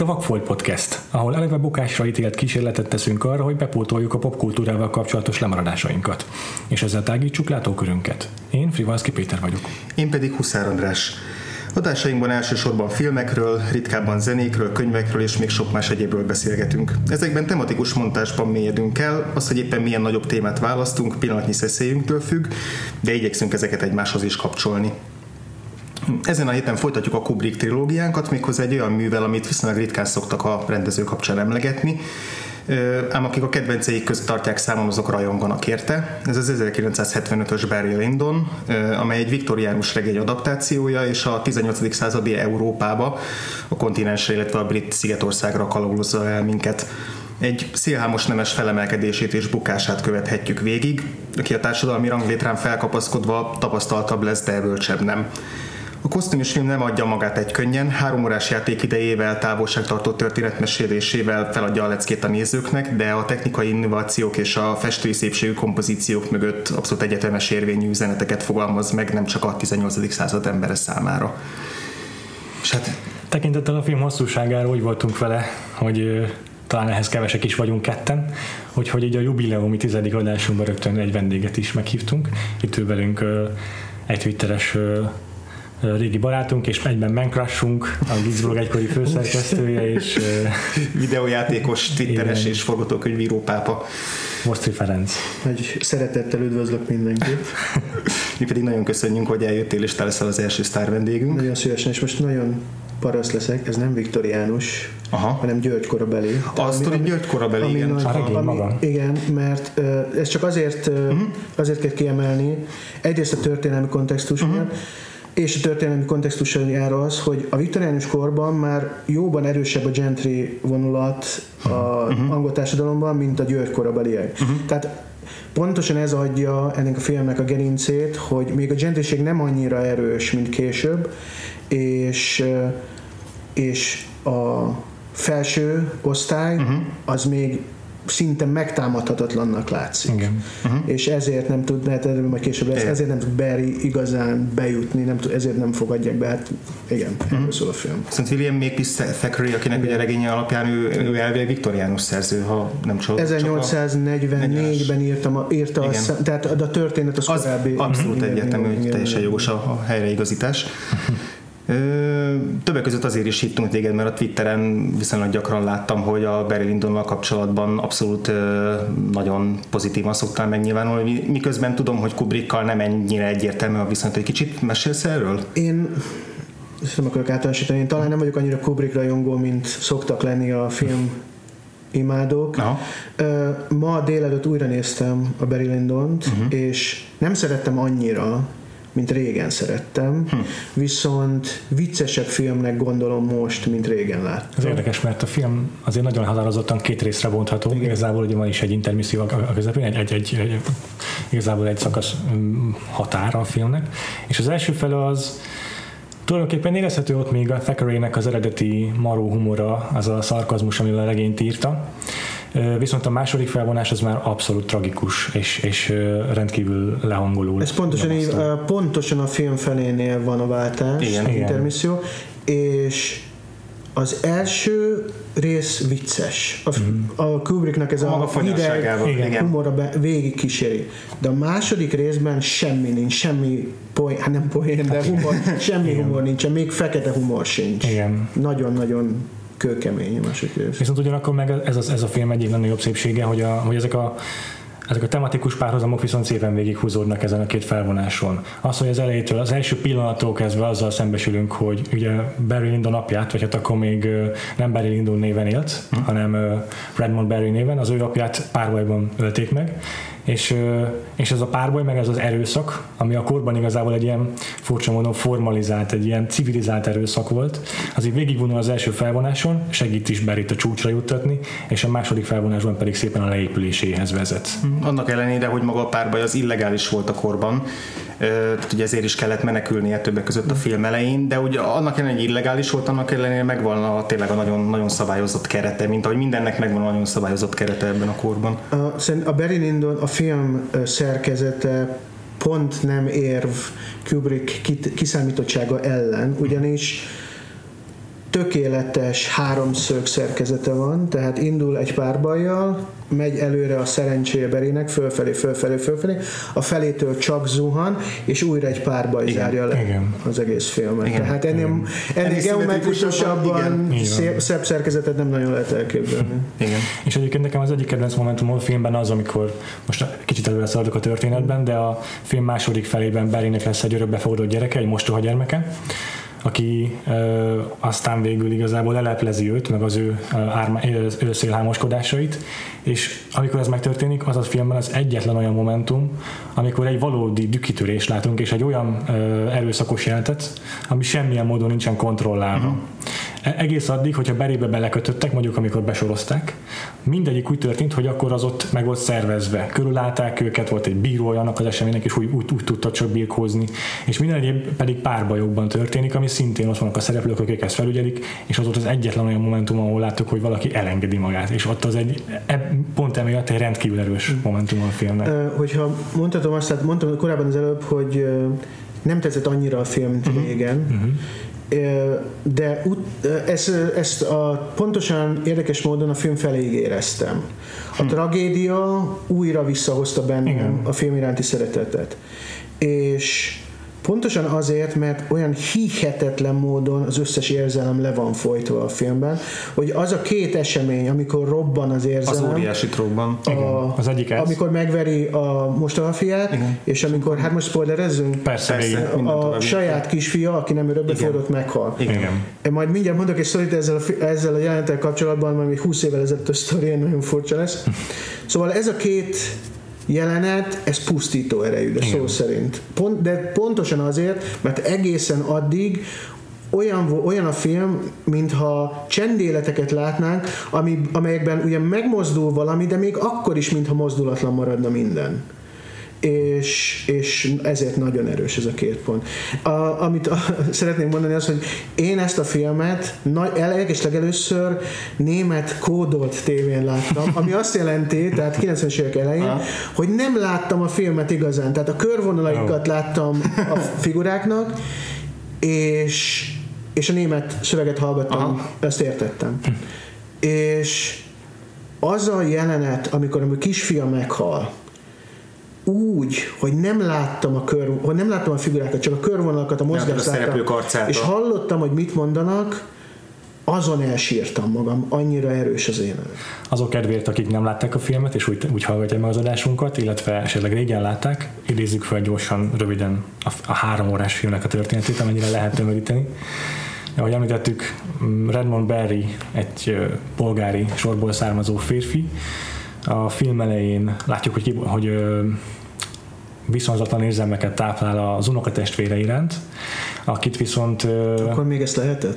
a Vakfolt Podcast, ahol eleve bukásra ítélt kísérletet teszünk arra, hogy bepótoljuk a popkultúrával kapcsolatos lemaradásainkat, és ezzel tágítsuk látókörünket. Én Frivalszki Péter vagyok. Én pedig Huszár András. Adásainkban elsősorban filmekről, ritkábban zenékről, könyvekről és még sok más egyébről beszélgetünk. Ezekben tematikus montásban mélyedünk el, az, hogy éppen milyen nagyobb témát választunk, pillanatnyi szeszélyünktől függ, de igyekszünk ezeket egymáshoz is kapcsolni. Ezen a héten folytatjuk a Kubrick trilógiánkat, méghozzá egy olyan művel, amit viszonylag ritkán szoktak a rendező kapcsán emlegetni, ám akik a kedvenceik között tartják számon, azok rajonganak érte. Ez az 1975-ös Barry Lyndon, amely egy viktoriánus regény adaptációja, és a 18. századi Európába, a kontinensre, illetve a brit szigetországra kalózza el minket. Egy szélhámos nemes felemelkedését és bukását követhetjük végig, aki a társadalmi ranglétrán felkapaszkodva tapasztaltabb lesz, de bölcsebb nem. A kosztümös film nem adja magát egy könnyen, 3 órás játékidejével, távolságtartó történetmesélésével feladja a leckét a nézőknek, de a technikai innovációk és a festői szépségű kompozíciók mögött abszolút egyetemes érvényű üzeneteket fogalmaz meg, nem csak a 18. század embere számára. És hát tekintettel a film hosszúságára úgy voltunk vele, hogy talán ehhez kevesek is vagyunk ketten, hogy így a jubileumi 10. adásunkban rögtön egy vendéget is meghívtunk. Itt ül velünk egy twitteres régi barátunk, és egyben mancrushunk, a Gizblog egykori főszerkesztője, és videójátékos, twitteres és forgatókönyvíró pápa. Mosztri Ferenc. Nagy szeretettel üdvözlök mindenkit. Mi pedig nagyon köszönjük, hogy eljöttél, és te leszel az első sztár vendégünk. Nagyon szívesen, és most nagyon paraszt leszek, ez nem viktoriánus, hanem György korabeli. Azt tudom, György korabeli, igen. Igen, mert ez csak azért kell kiemelni, egyrészt a történelmi kontextus miatt, és a történelmi kontextusára az, hogy a viktoriánus korban már jóban erősebb a gentry vonulat a angol társadalomban, mint a György korabeliek. Tehát pontosan ez adja ennek a filmnek a gerincét, hogy még a gentrység nem annyira erős, mint később, és a felső osztály az még szinte megtámadhatatlannak látszik. Igen. És ezért nem tud, mert majd később lesz, ezért nem tud Barry igazán bejutni, ezért nem fogadják be, hát igen, erről szól a film. Szóval William Makepeace Thackeray, akinek ugye a regénye alapján ő elvileg viktoriánus szerző, ha nem csak 1844-ben írta tehát a történet az korábbi. Abszolút egyértelmű, hogy teljesen jogos a helyreigazítás. Többek között azért is hívtunk téged, mert a Twitteren viszonylag gyakran láttam, hogy a Barry Lyndonnal kapcsolatban abszolút nagyon pozitívan szoktál megnyilvánulni, miközben tudom, hogy Kubrickkal nem ennyire egyértelmű a viszont, hogy kicsit mesélsz erről? Én nem akarok általánosítani, én talán nem vagyok annyira Kubrick rajongó, mint szoktak lenni a film imádók. Ma délelőtt újra néztem a Barry Lyndont, és nem szerettem annyira, mint régen szerettem, viszont viccesebb filmnek gondolom most, mint régen láttam. Ez érdekes, mert a film azért nagyon határozottan 2 részre bontható. Igen. Igazából ugye van is egy intermisszió a közepén, igazából egy szakasz határa a filmnek, és az első fele az tulajdonképpen érezhető ott még a Thackeraynek az eredeti maró humora, az a szarkazmus, amivel a regényt írta. Viszont a második felvonás az már abszolút tragikus, és rendkívül lehangoló. Ez pontosan a film felénél van a váltás, intermisszió, és az első rész vicces. A Kubricknak ez a hideg humora végig kíséri. De a második részben semmi nincs, semmi poén, hát nem poén, de humor, semmi humor nincsen, még fekete humor sincs. Igen. Nagyon-nagyon kőkemény a második rész. Viszont ugyanakkor meg ez a film egyik legnagyobb szépsége, hogy ezek a tematikus párhuzamok viszont szépen végighúzódnak ezen a 2 felvonáson. Az, hogy az elejétől, az első pillanattól kezdve azzal szembesülünk, hogy ugye Barry Lyndon apját, vagy hát akkor még nem Barry Lyndon néven élt, hanem Redmond Barry néven, az ő apját párbajban ölték meg, és ez a párbaj, meg ez az erőszak, ami a korban igazából egy ilyen furcsa módon formalizált, egy ilyen civilizált erőszak volt, azért végigvonul az első felvonáson, segít is Barryt a csúcsra juttatni, és a második felvonásban pedig szépen a leépüléséhez vezet. Annak ellenére, hogy maga a párbaj az illegális volt a korban, tehát ugye ezért is kellett menekülnie többek között a film elején, de ugye annak ellenére, hogy illegális volt, annak ellenére megvan tényleg a nagyon, nagyon szabályozott kerete, mint ahogy mindennek megvan a nagyon szabályozott kerete ebben a korban. A Barry Lyndon, a film szerkezete pont nem érv Kubrick kiszámítottsága ellen, ugyanis tökéletes háromszög szerkezete van, tehát indul egy párbajjal, megy előre a szerencséje Barrynek, fölfelé, a felétől csak zuhan, és újra egy párbaj zárja le az egész filmet. Igen. Tehát ennél geometrikusabban szebb szerkezetet nem nagyon lehet elképzelni. Igen. És egyébként nekem az egyik kedvenc momentumom a filmben az, amikor most kicsit előre szaladok a történetben, de a film második felében Barrynek lesz egy örökbefogadott gyereke, egy mostoha gyermeke, aki aztán végül igazából leleplezi őt, meg az ő szélhámoskodásait, és amikor ez megtörténik, az a filmben az egyetlen olyan momentum, amikor egy valódi dükkitörést látunk, és egy olyan erőszakos jelenetet, ami semmilyen módon nincsen kontrollálva. Egész addig, hogyha Barrybe belekötöttek, mondjuk amikor besorozták, mindegyik úgy történt, hogy akkor az ott meg volt szervezve. Körülállták őket, volt egy bírója annak az eseménynek, és úgy tudtak csak birkózni. És minden egyéb pedig párbajokban történik, ami szintén ott vannak a szereplők, akik ezt felügyelik, és az ott az egyetlen olyan momentum, ahol láttuk, hogy valaki elengedi magát. És ott az pont emiatt egy rendkívül erős momentum a filmnek. Hogyha mondhatom azt, tehát mondtam korábban az előbb, hogy nem tetszett annyira a film, mint régen, de ezt pontosan érdekes módon a film feléig éreztem. A tragédia újra visszahozta bennem a film iránti szeretetet. És pontosan azért, mert olyan hihetetlen módon az összes érzelem le van folytva a filmben, hogy az a két esemény, amikor robban az érzelem. Az óriási trókban. Az egyik ez. Amikor megveri a mostoha fiát, és amikor, hát most spoilerezzünk, Persze. a saját kisfia, aki nem örökbefogadott, meghal. Igen. Majd mindjárt mondok egy sztorit ezzel a jelenettel kapcsolatban, mert még 20 évvel ezelőtt a sztori nagyon furcsa lesz. Szóval ez a két jelenet, ez pusztító erejű, de szó szerint. De pontosan azért, mert egészen addig olyan a film, mintha csendéleteket látnánk, amelyekben ugye megmozdul valami, de még akkor is, mintha mozdulatlan maradna minden. És ezért nagyon erős ez a két pont. Amit szeretném mondani az, hogy én ezt a filmet legelőször német kódolt tévén láttam, ami azt jelenti, tehát 90-es évek elején, hogy nem láttam a filmet igazán, tehát a körvonalaikat láttam a figuráknak, és a német szöveget hallgattam, ezt értettem. És az a jelenet, amikor a kisfia meghal, úgy, hogy nem láttam a figurákat, csak a körvonalakat, a mozgást láttam, és hallottam, hogy mit mondanak, azon elsírtam magam, annyira erős az élet. Azok kedvéért, akik nem látták a filmet, és úgy hallgatják meg az adásunkat, illetve esetleg régen látták, idézzük fel gyorsan, röviden a 3 órás filmnek a történetét, amennyire lehet tömöríteni. Ahogy említettük, Redmond Barry egy polgári sorból származó férfi. A film elején látjuk, hogy viszonzatlan érzelmeket táplál az unokatestvére iránt, akit viszont... Akkor még ezt lehetett?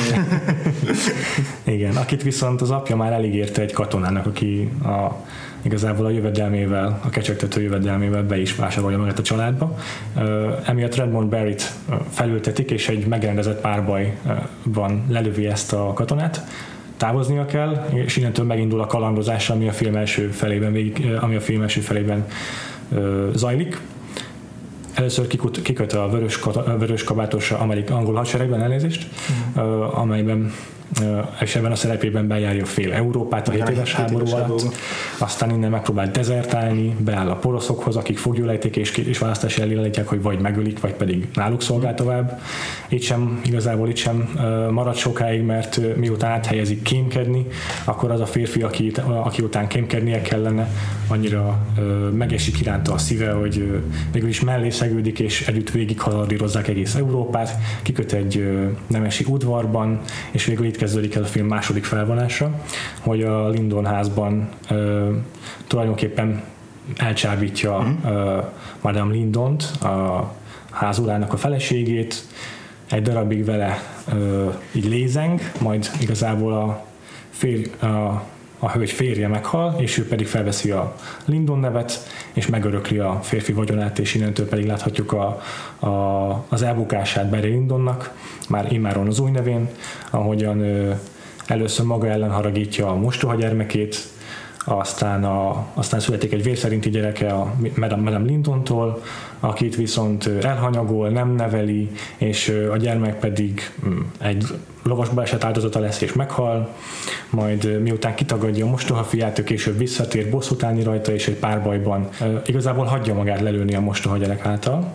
Igen, akit viszont az apja már elígérte egy katonának, aki igazából a jövedelmével, a kecsegtető jövedelmével be is vásárolja magát a családba. Emiatt Redmond Barryt felültetik, és egy megrendezett párbajban lelövi ezt a katonát. Távoznia kell, és innentől megindul a kalandozás, ami a film első felében zajlik. Először kiköt a vörös kabátos angol hadseregben, elnézést, amelyben és ebben a szerepében bejárja fél Európát a 7 éves háború alatt, aztán innen megpróbál dezertálni, beáll a poroszokhoz, akik foglyulejtik és választási elé állítják, hogy vagy megölik, vagy pedig náluk szolgál tovább. Igazából itt sem marad sokáig, mert miután áthelyezik kémkedni, akkor az a férfi, aki után kémkednie kellene, annyira megesik iránta a szíve, hogy végül is mellé szegődik, és együtt végighaladírozzák egész Európát, kiköt egy nemesi udvarban, és végül itt kezdődik el a film második felvonása, hogy a Lyndon házban tulajdonképpen elcsábítja Madame Lyndont, a házurának a feleségét, egy darabig vele így lézeng, majd igazából a hölgy férje meghal, és ő pedig felveszi a Lyndon nevet, és megörökli a férfi vagyonát, és innentől pedig láthatjuk az elbukását Barry Lyndonnak, már immáron az új nevén, ahogyan először maga ellen haragítja a mostoha gyermekét, aztán születik egy vérszerinti gyereke a Madame Lintontól, akit viszont elhanyagol, nem neveli, és a gyermek pedig egy lovasba esett áldozata lesz és meghal, majd miután kitagadja a mostohafiát, ő később visszatér bosszút állni rajta, és egy párbajban igazából hagyja magát lelőni a mostoha gyerek által.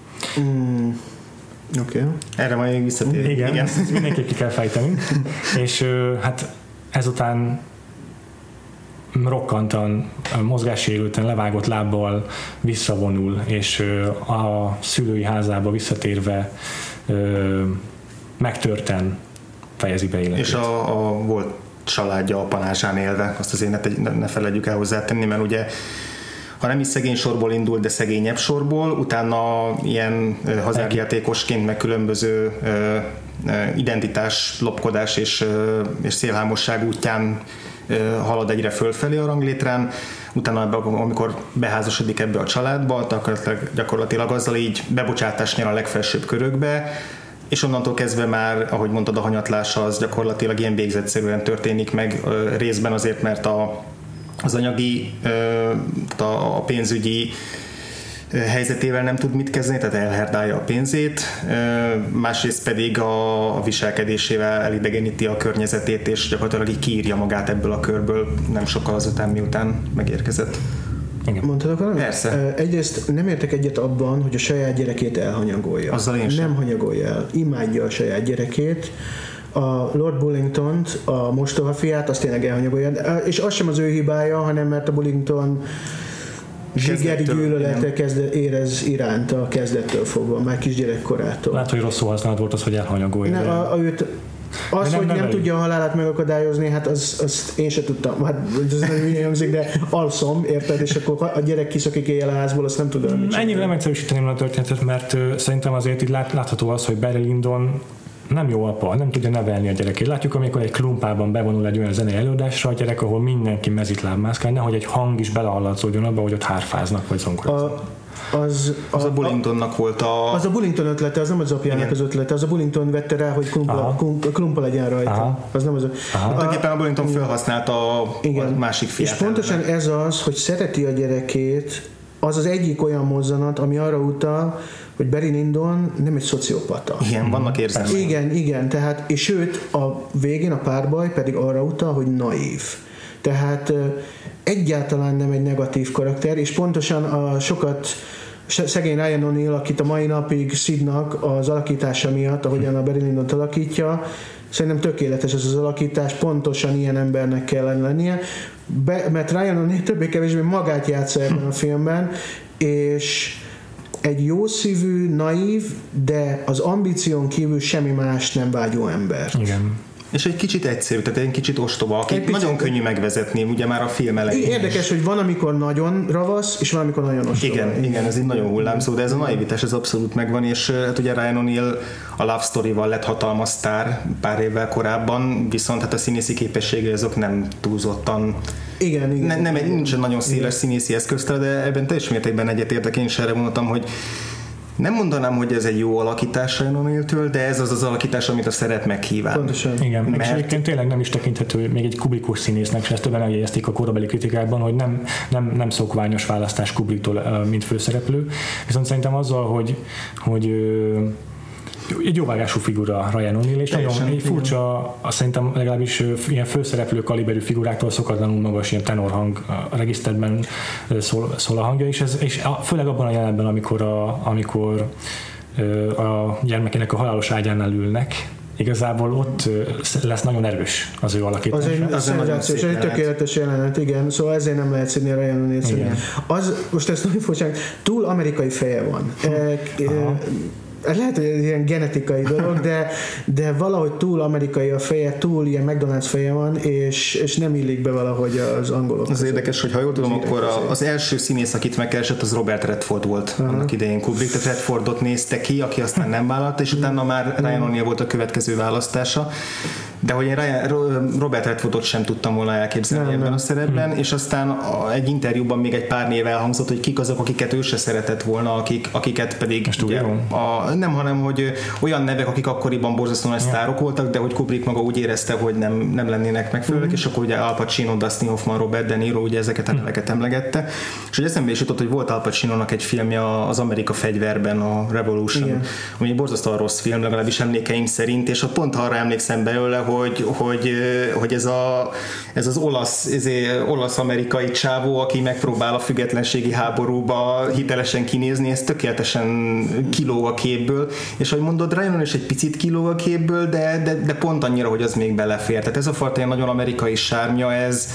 Okay. Erre majd még visszatérünk. Igen. Ezt mindenképp ki kell fejteni. És hát ezután rokkantan, mozgássérülten, levágott lábbal visszavonul, és a szülői házába visszatérve megtörten fejezi be életét. És a volt családja a panázsán élve, azt azért ne feledjük el hozzátenni, mert ugye ha nem is szegény sorból indult, de szegényebb sorból, utána ilyen hazárjátékosként meg különböző identitás, lopkodás és szélhámosság útján halad egyre fölfelé a ranglétrán, utána amikor beházasodik ebbe a családba, gyakorlatilag azzal így bebocsátást nyer a legfelsőbb körökbe, és onnantól kezdve már, ahogy mondtad, a hanyatlása az gyakorlatilag ilyen végzetszerűen történik meg, részben azért, mert az anyagi, a pénzügyi helyzetével nem tud mit kezdeni, tehát elherdálja a pénzét, másrészt pedig a viselkedésével elidegeníti a környezetét, és gyakorlatilag így kiírja magát ebből a körből nem sokkal azután, miután megérkezett. Mondhatok valamit? Persze. Egyrészt nem értek egyet abban, hogy a saját gyerekét elhanyagolja. Azzal én sem. Nem hanyagolja el. Imádja a saját gyerekét. A Lord Bullingtont, a mostohafiát, azt tényleg elhanyagolja. És az sem az ő hibája, hanem mert a Bullington zsigeri gyűlölete érez iránta kezdettől fogva, már kisgyerekkorától. Lehet, hogy rosszul használat volt az, hogy elhanyagolja. Hogy nem tudja a halálát megakadályozni, hát azt én se tudtam. Hát ez nem úgy hangzik, de alszom, érted? És akkor a gyerek kiszakik éjjel a házból, azt nem tudom. Ennyire nem egyszerűsíteném a történetet, mert szerintem azért így látható az, hogy Barry Lyndon nem jó apa, nem tudja nevelni a gyerekét. Látjuk, amikor egy klumpában bevonul egy olyan zenei előadásra a gyerek, ahol mindenki mezitláb mászkál, nehogy egy hang is belehallatszódjon abba, hogy ott hárfáznak vagy zongoráznak. Az a Bullingtonnak volt az a Bullington ötlete, az nem az apjának az ötlete, az a Bullington vette rá, hogy klumpa legyen rajta. Aha. Az nem az tulajdonképpen a Bullington felhasználta a másik fiát. És pontosan ez az, hogy szereti a gyerekét, az az egyik olyan mozzanat, ami arra utal, hogy Barry Lyndon nem egy szociopata. Igen, vannak érzelmek. Igen, tehát, és sőt, a végén a párbaj pedig arra utal, hogy naív. Tehát egyáltalán nem egy negatív karakter, és pontosan a szegény Ryan O'Neal, akit a mai napig Sidnak az alakítása miatt, ahogyan a Barry Lyndont alakítja, szerintem tökéletes ez az alakítás, pontosan ilyen embernek kellene lennie, mert Ryan O'Neal többé-kevésbé magát játsza ebben a filmben, és egy jószívű, naív, de az ambíción kívül semmi más nem vágyó ember. Igen. És egy kicsit egyszerű, tehát egy kicsit ostoba, akit nagyon könnyű megvezetni, ugye már a film elején. Érdekes, hogy van, amikor nagyon ravasz, és van, amikor nagyon ostoba. Igen, ez egy nagyon hullámzó, de ez a naivitás, ez abszolút megvan, és hát ugye Ryan O'Neal a Love Story-val lett hatalmas sztár pár évvel korábban, viszont hát a színészi képességei azok nem túlzottan. Igen. Nincsen nagyon széles színészi eszköztár, de ebben teljes mértékben egyetértek, én is erre mondtam, hogy nem mondanám, hogy ez egy jó alakítás Ryan O'Neal-től, de ez az alakítás, amit a szerep megkíván. Pontosan. Igen, mert egyébként tényleg nem is tekinthető még egy Kubrickus színésznek, és ezt többen eljegyezték a korabeli kritikában, hogy nem szokványos választás Kubricktól, mint főszereplő. Viszont szerintem azzal, hogy egy jóvágású figura Ryan O'Neal, és nagyon egy furcsa, szerintem legalábbis ilyen főszereplő kaliberű figuráktól szokatlanul magas ilyen tenorhang regiszterben szól a hangja, és főleg abban a jelenetben, amikor a gyermekének a halálos ágyánál ülnek, igazából ott lesz nagyon erős az ő alakítása. Az egy tökéletes jelenet, igen, szóval ezért nem lehet szidni a Ryan O'Neal-t. Most ez nagyon furcsa, túl amerikai feje van. Lehet, hogy ez ilyen genetikai dolog, de valahogy túl amerikai a feje, túl ilyen McDonald's feje van, és nem illik be valahogy az angolok. Az érdekes, hogy ha jól tudom, akkor az első színész, akit megkeresett, az Robert Redford volt annak idején Kubrick, tehát Redfordot nézte ki, aki aztán nem vállalta, és utána már Ryan O'Neal volt a következő választása. de hogy én Robert Redfordot sem tudtam volna elképzelni ebben a szerepben, és aztán egy interjúban még egy pár név elhangzott, hogy kik azok, akiket ő se szeretett volna, akiket pedig ugye, nem, hanem hogy olyan nevek, akik akkoriban borzasztóan sztárok voltak, de hogy Kubrick maga úgy érezte, hogy nem lennének megfelelők, és akkor ugye Al Pacino, Dustin Hoffman, Robert De Niro, ugye ezeket a neveket emlegette, és hogy eszembe is jutott, hogy volt Al Pacinónak egy filmje az Amerika fegyverben, a Revolution, ami egy borzasztóan rossz film, legalábbis emlékeim szerint, és ott pont arra emlékszem belőle, hogy ez az olasz-amerikai csávó, aki megpróbál a függetlenségi háborúba hitelesen kinézni, ez tökéletesen kilóg a képből, és ahogy mondod, Ryan is egy picit kilóg a képből, de pont annyira, hogy az még belefér. Tehát ez a fajta ilyen nagyon amerikai sármja,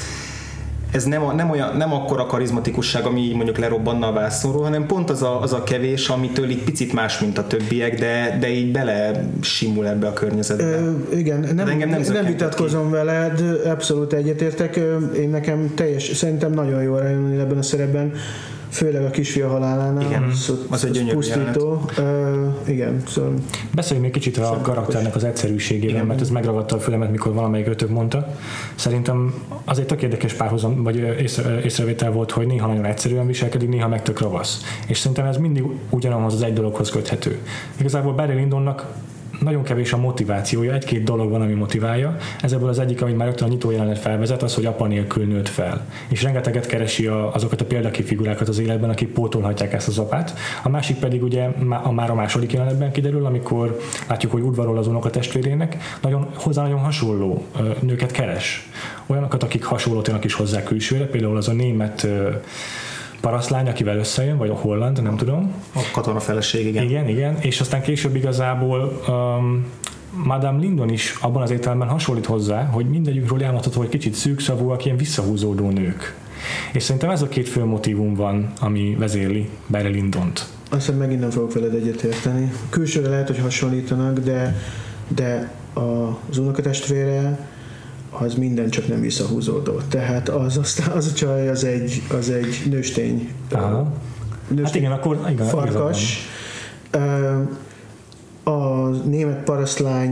ez nem akkora karizmatikusság, ami így mondjuk lerobbanna a vászonról, hanem pont az a kevés, amitől így picit más, mint a többiek, de így bele simul ebbe a környezetbe. Igen, nem vitatkozom veled, abszolút egyetértek. Én nekem szerintem nagyon jó rájönni ebben a szerepben, főleg a kisfia halálánál. Igen, az egy gyönyörű pusztító. Igen, szóval... Beszéljünk még kicsit a karakternek az egyszerűségével, mert ez megragadta a fülemet, mikor valamelyik ötök mondta. Szerintem az egy tök érdekes párhuzam, vagy észrevétel volt, hogy néha nagyon egyszerűen viselkedik, néha meg tök ravasz. És szerintem ez mindig ugyanaz az egy dologhoz köthető. Igazából Barry Lyndonnak nagyon kevés a motivációja, egy-két dolog van, ami motiválja. Ez ebből az egyik, amit már rögtön a nyitó jelenet felvezet, az, hogy apa nélkül nőtt fel. És rengeteget keresi azokat a példaképfigurákat az életben, akik pótolhatják ezt az apát. A másik pedig ugye már a második jelenetben kiderül, amikor látjuk, hogy udvarol az unokatestvérének, hozzá nagyon hasonló nőket keres. Olyanokat, akik hasonlót is hozzá külsőre, például az a német parasztlány, akivel összejön, vagy a holland, nem tudom. A katona feleség, igen. És aztán később igazából Madame Lyndon is abban az értelemben hasonlít hozzá, hogy mindegyikről elmondható, hogy kicsit szűkszavúak, ilyen visszahúzódó nők. És szerintem ez a két fő motívum van, ami vezérli Barry Lyndont. Aztán megint nem fogok veled egyetérteni. Külsőre lehet, hogy hasonlítanak, de az unokatestvére az minden csak nem visszahúzódó. Tehát az a csaj, az egy nőstény. Hát igen, akkor farkas. A német parasztlány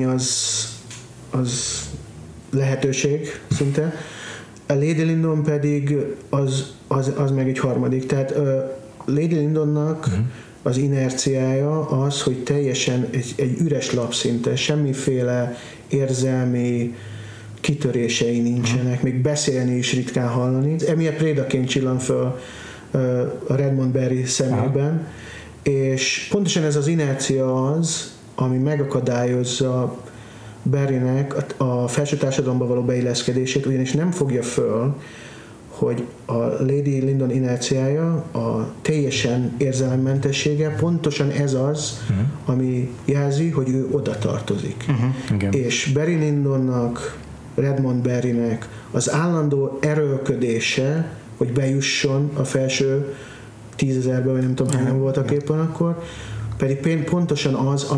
az lehetőség szinte. A Lady Lyndon pedig az meg egy harmadik. Tehát Lady Lyndonnak az inerciája az, hogy teljesen egy üres lap szinte, semmiféle érzelmi kitörései nincsenek, még beszélni is ritkán hallani. Emiatt prédaként csillan föl a Redmond Barry szemében, és pontosan ez az inercia az, ami megakadályozza Barrynek a felső társadalomba való beilleszkedését, ugyanis nem fogja föl, hogy a Lady Lyndon inerciája, a teljesen érzelemmentessége, pontosan ez az, ami jelzi, hogy ő oda tartozik. És Barry Lyndonnak, Redmond Barrynek az állandó erőlködése, hogy bejusson a felső 10,000-be, vagy nem tudom, hányan voltak éppen akkor, pedig pontosan az,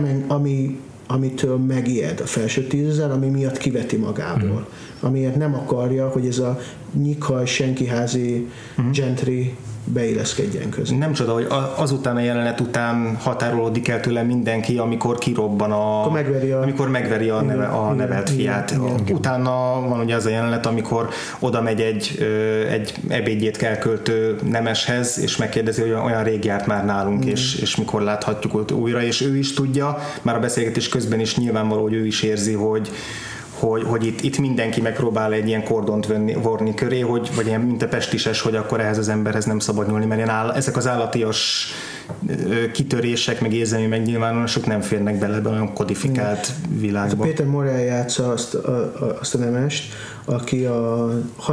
amitől megijed a felső 10,000, ami miatt kiveti magából. Amiért nem akarja, hogy ez a nyikhaj, senkiházi gentry beilleszkedjen közé. Nem csoda, hogy azután a jelenet után határolódik el tőle mindenki, amikor kirobban amikor megveri a nevelt fiát. Igen. Utána van ugye az a jelenet, amikor oda megy egy ebédjét elköltő nemeshez, és megkérdezi, hogy olyan rég járt már nálunk, és mikor láthatjuk ott újra, és ő is tudja, már a beszélgetés közben is nyilvánvaló, hogy ő is érzi, hogy itt mindenki megpróbál egy ilyen kordont vorni köré, vagy ilyen mint a pestises, hogy akkor ehhez az emberhez nem szabad nyúlni, mert ezek az állatias kitörések, meg érzelmi megnyilvánulások nem férnek bele olyan kodifikált világba. Peter Morel játsza azt a nemest, aki a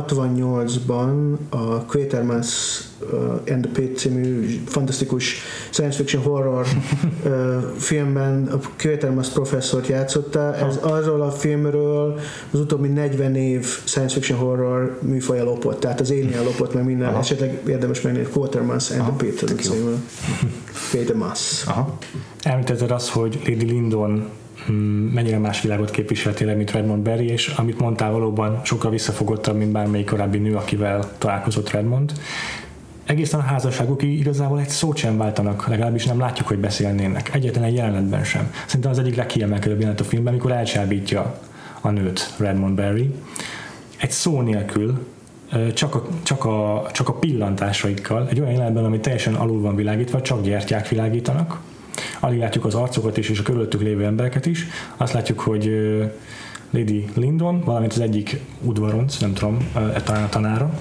68-ban a Quatermass and the Pit című fantasztikus science fiction horror filmben a Quatermass professzort játszotta. Ez arról a filmről az utóbbi 40 év science fiction horror műfaja lopott, tehát az Alien lopott, meg minden, esetleg érdemes megnézni Quatermass and the Pit az a című. Quatermass. Említetted azt, hogy Lady Lyndon mennyire más világot képviseltél, mint Redmond Barry, és amit mondtál, valóban sokkal visszafogottabb, mint bármelyik korábbi nő, akivel találkozott Redmond. Egészen a házasságuk igazából egy szót sem váltanak, legalábbis nem látjuk, hogy beszélnének. Egyetlen egy jelenetben sem. Szerintem az egyik legkiemelkedőbb jelenet a filmben, amikor elcsábítja a nőt, Redmond Barry. Egy szó nélkül, csak a pillantásaikkal, egy olyan jelenetben, ami teljesen alul van világítva, csak gyertyák világítanak. Alig látjuk az arcokat is, és a körülöttük lévő embereket is. Azt látjuk, hogy Lady Lyndon, valamint az egyik udvaronc, nem tudom, talán a tanára.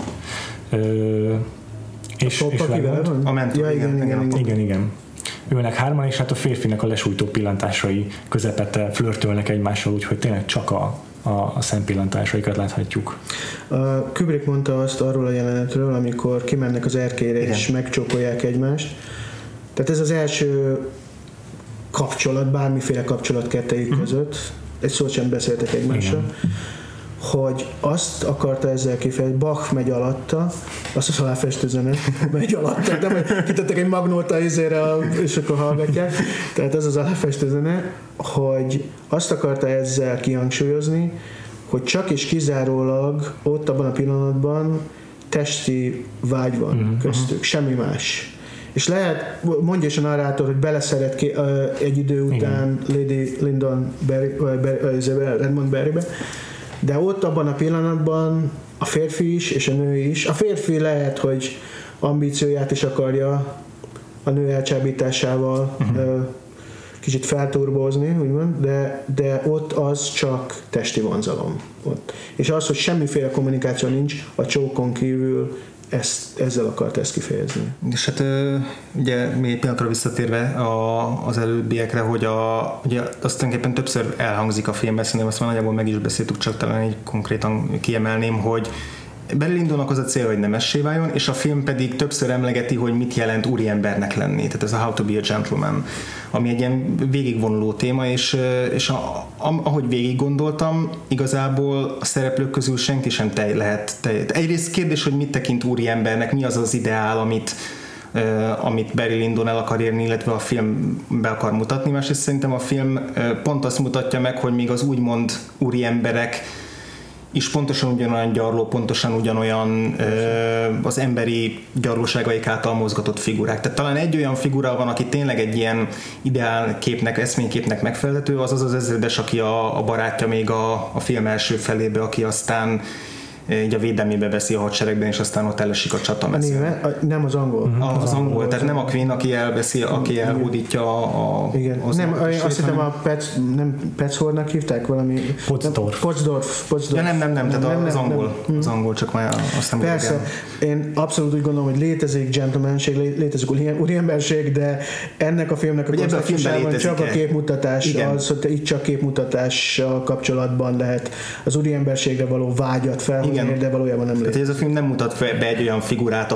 És a mentor, igen. Ülnek hárman, és hát a férfinek a lesújtó pillantásai közepette flörtölnek egymással, úgyhogy tényleg csak a szempillantásaikat láthatjuk. Kubrick mondta azt arról a jelenetről, amikor kimennek az erkélyre és megcsókolják egymást. Tehát ez az első kapcsolat, bármiféle kapcsolat kettejük között, egy szót sem beszéltek egymással, hogy azt akarta ezzel kifejezni, Bach megy alatta, azt az aláfestőzenet megy alatta, de majd kitettek egy magnóta izére, és akkor hallgatják. Tehát ez az aláfestőzenet, hogy azt akarta ezzel kihangsúlyozni, hogy csak és kizárólag ott abban a pillanatban testi vágy van köztük, semmi más. És lehet, mondja is a narrátor, hogy beleszeret egy idő után Lady Lyndon Redmond Barrybe, de ott abban a pillanatban a férfi is és a nő is. A férfi lehet, hogy ambícióját is akarja a nő elcsábításával kicsit felturbózni, úgymond, de ott az csak testi vonzalom. Ott. És az, hogy semmiféle kommunikáció nincs, a csókon kívül ezzel akart ezt kifejezni. És hát ugye még egy pillanatra visszatérve az előbbiekre, hogy ugye azt tulajdonképpen többször elhangzik a filmben, szerintem azt már nagyjából meg is beszéltük, csak talán így konkrétan kiemelném, hogy Barry Lyndonnak az a cél, hogy nemessé váljon, és a film pedig többször emlegeti, hogy mit jelent úriembernek lenni, tehát ez a How to be a Gentleman, ami egy ilyen végigvonuló téma, és ahogy végig gondoltam, igazából a szereplők közül senki sem lehet. Egyrészt kérdés, hogy mit tekint úriembernek, mi az az ideál, amit Barry Lyndon el akar érni, illetve a filmbe akar mutatni, másrészt szerintem a film pont azt mutatja meg, hogy még az úgymond úriemberek is pontosan ugyanolyan gyarló, pontosan ugyanolyan az emberi gyarlóságaik által mozgatott figurák. Tehát talán egy olyan figura van, aki tényleg egy ilyen ideálképnek, eszményképnek megfelelhető, az az ezredes, aki a barátja még a film első felébe, aki aztán így a védelmébe veszi a hadseregben, és aztán ott elesik a csatamezőn. Nem az angol. Az angol, tehát nem a Queen, aki elveszi, aki elhódítja igen. Nem, azt hittem nem Petshornak hívták valami... Potzdorf. Ja, nem, tehát az angol, csak már azt nem persze, én abszolút úgy gondolom, hogy létezik gentlemanség, létezik úriemberség, de ennek a filmnek a kontextusában csak a képmutatás az, hogy itt csak képmutatással kapcsolatban lehet az úriemberségre való vágyat felhozni, de valójában nem létezik. Ez a film nem mutat be egy olyan figurát,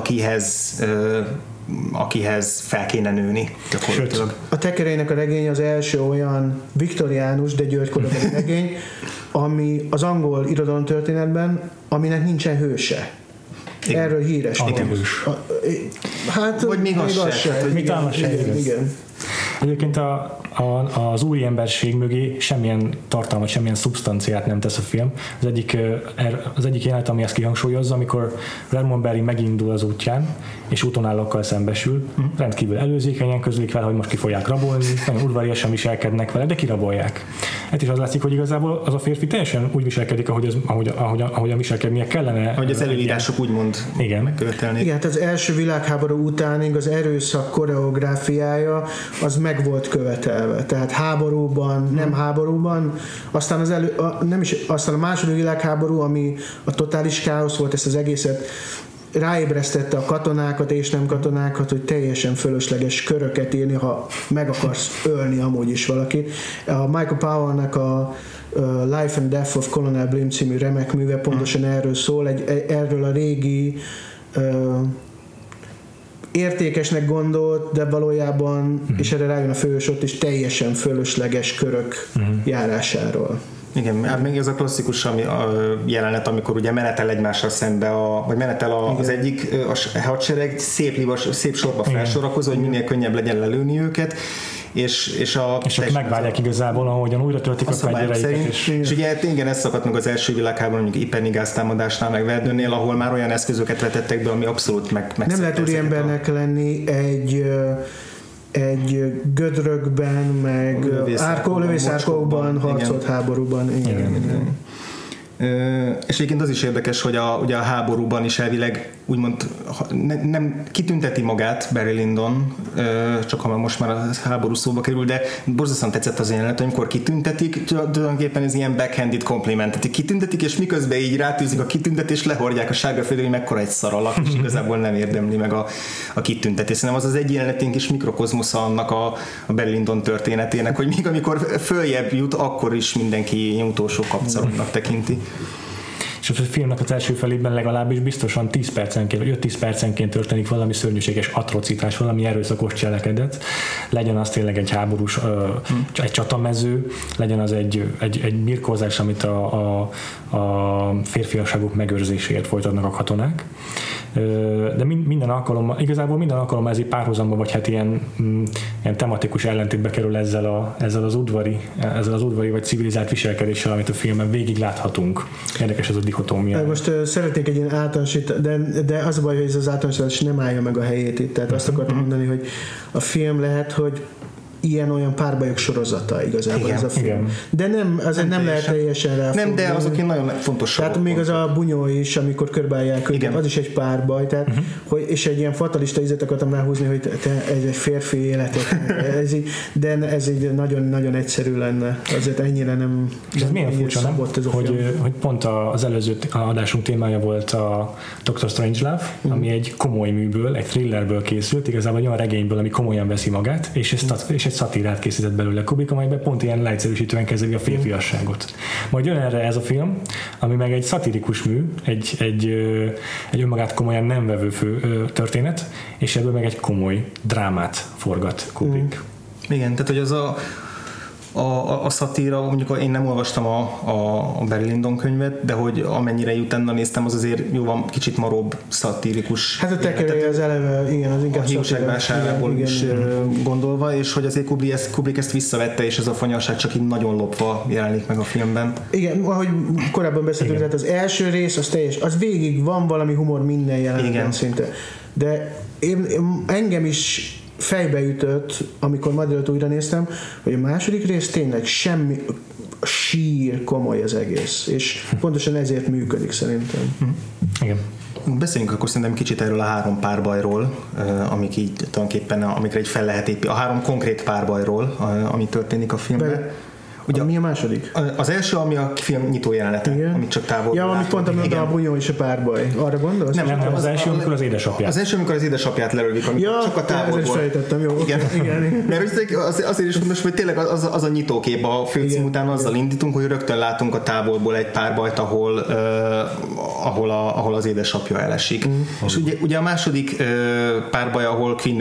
akihez fel kéne nőni. Sőt, a Tekereinek a regény az első olyan viktoriánus, de györgykorabeli regény, ami az angol irodalomtörténetben, aminek nincsen hőse. Igen. Erről híres. Hát, vagy még az se. Igen. Egyébként az úriemberség mögé semmilyen tartalmat, semmilyen szubstanciát nem tesz a film. Az egyik jelenet, ami ezt kihangsúlyozza, amikor Redmond Barry megindul az útján, és útonállókkal szembesül, rendkívül előzékenyen közlik vele, hogy most ki fogják rabolni, nagyon udvariasan viselkednek vele, de kirabolják. Hát is az látszik, hogy igazából az a férfi teljesen úgy viselkedik, ahogyan viselkednie kellene. Ahogy az előírások úgymond megkövetelnék. Igen, hát az első világháború utánig az erőszak koreográfiája az meg volt követelve. Tehát háborúban, nem háborúban, aztán aztán a második világháború, ami a totális káosz volt, ezt az egészet ráébresztette a katonákat és nem katonákat, hogy teljesen fölösleges köröket írni, ha meg akarsz ölni amúgy is valakit. A Michael Powell-nek a Life and Death of Colonel Blim című remek műve pontosan erről szól, erről a régi értékesnek gondolt, de valójában, és erre rájön a főhős ott is, teljesen fölösleges körök járásáról. Igen, hát még ez a klasszikus jelenet, amikor ugye menetel egymással szembe, vagy menetel az egyik a hadsereg szép sorba felsorakozó, hogy minél könnyebb legyen lelőni őket, és megvárják igazából, ahogyan újra töltik a fegyvereiket. És ugye igen, ez szakadt meg az első világháború, mondjuk Ipeni gáztámadásnál, meg Verdunnél, ahol már olyan eszközöket vetettek be, ami abszolút nem lehet úriembernek lenni egy egy gödrökben, meg lövészárkókban harcolt háborúban. Igen. És egyébként az is érdekes, hogy ugye a háborúban is elvileg úgymond nem kitünteti magát Barry Lyndon, csak ha most már a háború szóba kerül, de borzasztóan tetszett az jelenet, amikor kitüntetik, tulajdonképpen ez ilyen backhanded compliment, tehát kitüntetik, és miközben így rátűzik a kitüntetést, lehordják a sárga földre, hogy mekkora egy szaralak, és igazából nem érdemli meg a kitüntetés. Szerintem az egy jelenetén kis mikrokozmosza annak a Barry Lyndon történetének, hogy még amikor följebb jut, akkor is mindenki utolsó kapcaronnak tekinti. És a filmnek az első felében legalábbis biztosan 10 percenként, vagy 5-10 percenként történik valami szörnyűséges atrocitás, valami erőszakos cselekedet. Legyen az tényleg egy háborús, egy csatamező, legyen az egy birkózás, amit a férfiasságuk megőrzéséért folytatnak a katonák. De minden alkalommal ez egy párhuzamba, vagy hát ilyen tematikus ellentétbe kerül ezzel az udvari vagy civilizált viselkedéssel, amit a filmben végig láthatunk. Érdekes ez a dichotómia. Most szeretnék egy ilyen általánosít, de az a baj, hogy ez az általánosítás nem állja meg a helyét itt. Tehát azt akartam mondani, hogy a film lehet, hogy ilyen-olyan párbajok sorozata igazából ez a film. Igen. De azért nem lehet teljesen ráfogni. Nem, de azok én nagyon fontos. Tehát még az a bunyó is, amikor körbeállják őket, az is egy párbaj. Tehát, és egy ilyen fatalista ízet akartam ráhúzni, hogy ez egy férfi életet. De ez így nagyon-nagyon egyszerű lenne. Azért ennyire nem. Ez milyen furcsa, nem? Hogy pont az előző adásunk témája volt a Dr. Strangelove, ami egy komoly műből, egy thrillerből készült, igazából egy olyan regényből, ami komolyan veszi magát, és egy szatírát készített belőle Kubrick, amelyben pont ilyen leegyszerűsítően kezeli a férfiasságot. Majd jön erre ez a film, ami meg egy szatirikus mű, egy önmagát komolyan nem vevő történet, és ebből meg egy komoly drámát forgat Kubrick. Igen, tehát hogy az a szatíra, mondjuk én nem olvastam a Barry Lyndon könyvet, de hogy amennyire utána néztem, az azért jóval kicsit maróbb szatirikus. Hát a tekerje az eleve, igen, az inkább a hiúságvásárából is gondolva, és hogy azért Kubrick ezt visszavette, és ez a fanyarság csak így nagyon lopva jelenik meg a filmben. Igen, ahogy korábban beszéltünk, tehát az első rész, az teljes, az végig van valami humor minden jelenetben szinte. De engem is fejbeütött, amikor ma délután újra néztem, hogy a második rész tényleg semmi sír komoly az egész, és pontosan ezért működik szerintem. Igen. Beszéljünk akkor szerintem kicsit erről a 3 párbajról, amik így tulajdonképpen, amikre így fel lehet építeni, a 3 konkrét párbajról, ami történik a filmben. Ugye, mi a második? Az első, ami a film nyitó jelenete, amit csak távolból látunk. Amit pont amikor a bunyó és a párbaj. Arra gondolsz? Nem, az első, amikor az édesapját. Az első, amikor az édesapját lelövik, amikor csak a távolból. Ja, fejtettem, jó. Igen. Mert azért is mondom, hogy tényleg az a nyitókép a főcím után azzal indítunk, hogy rögtön látunk a távolból egy párbajt, ahol az édesapja elesik. És ugye a második párbaj, ahol Quinn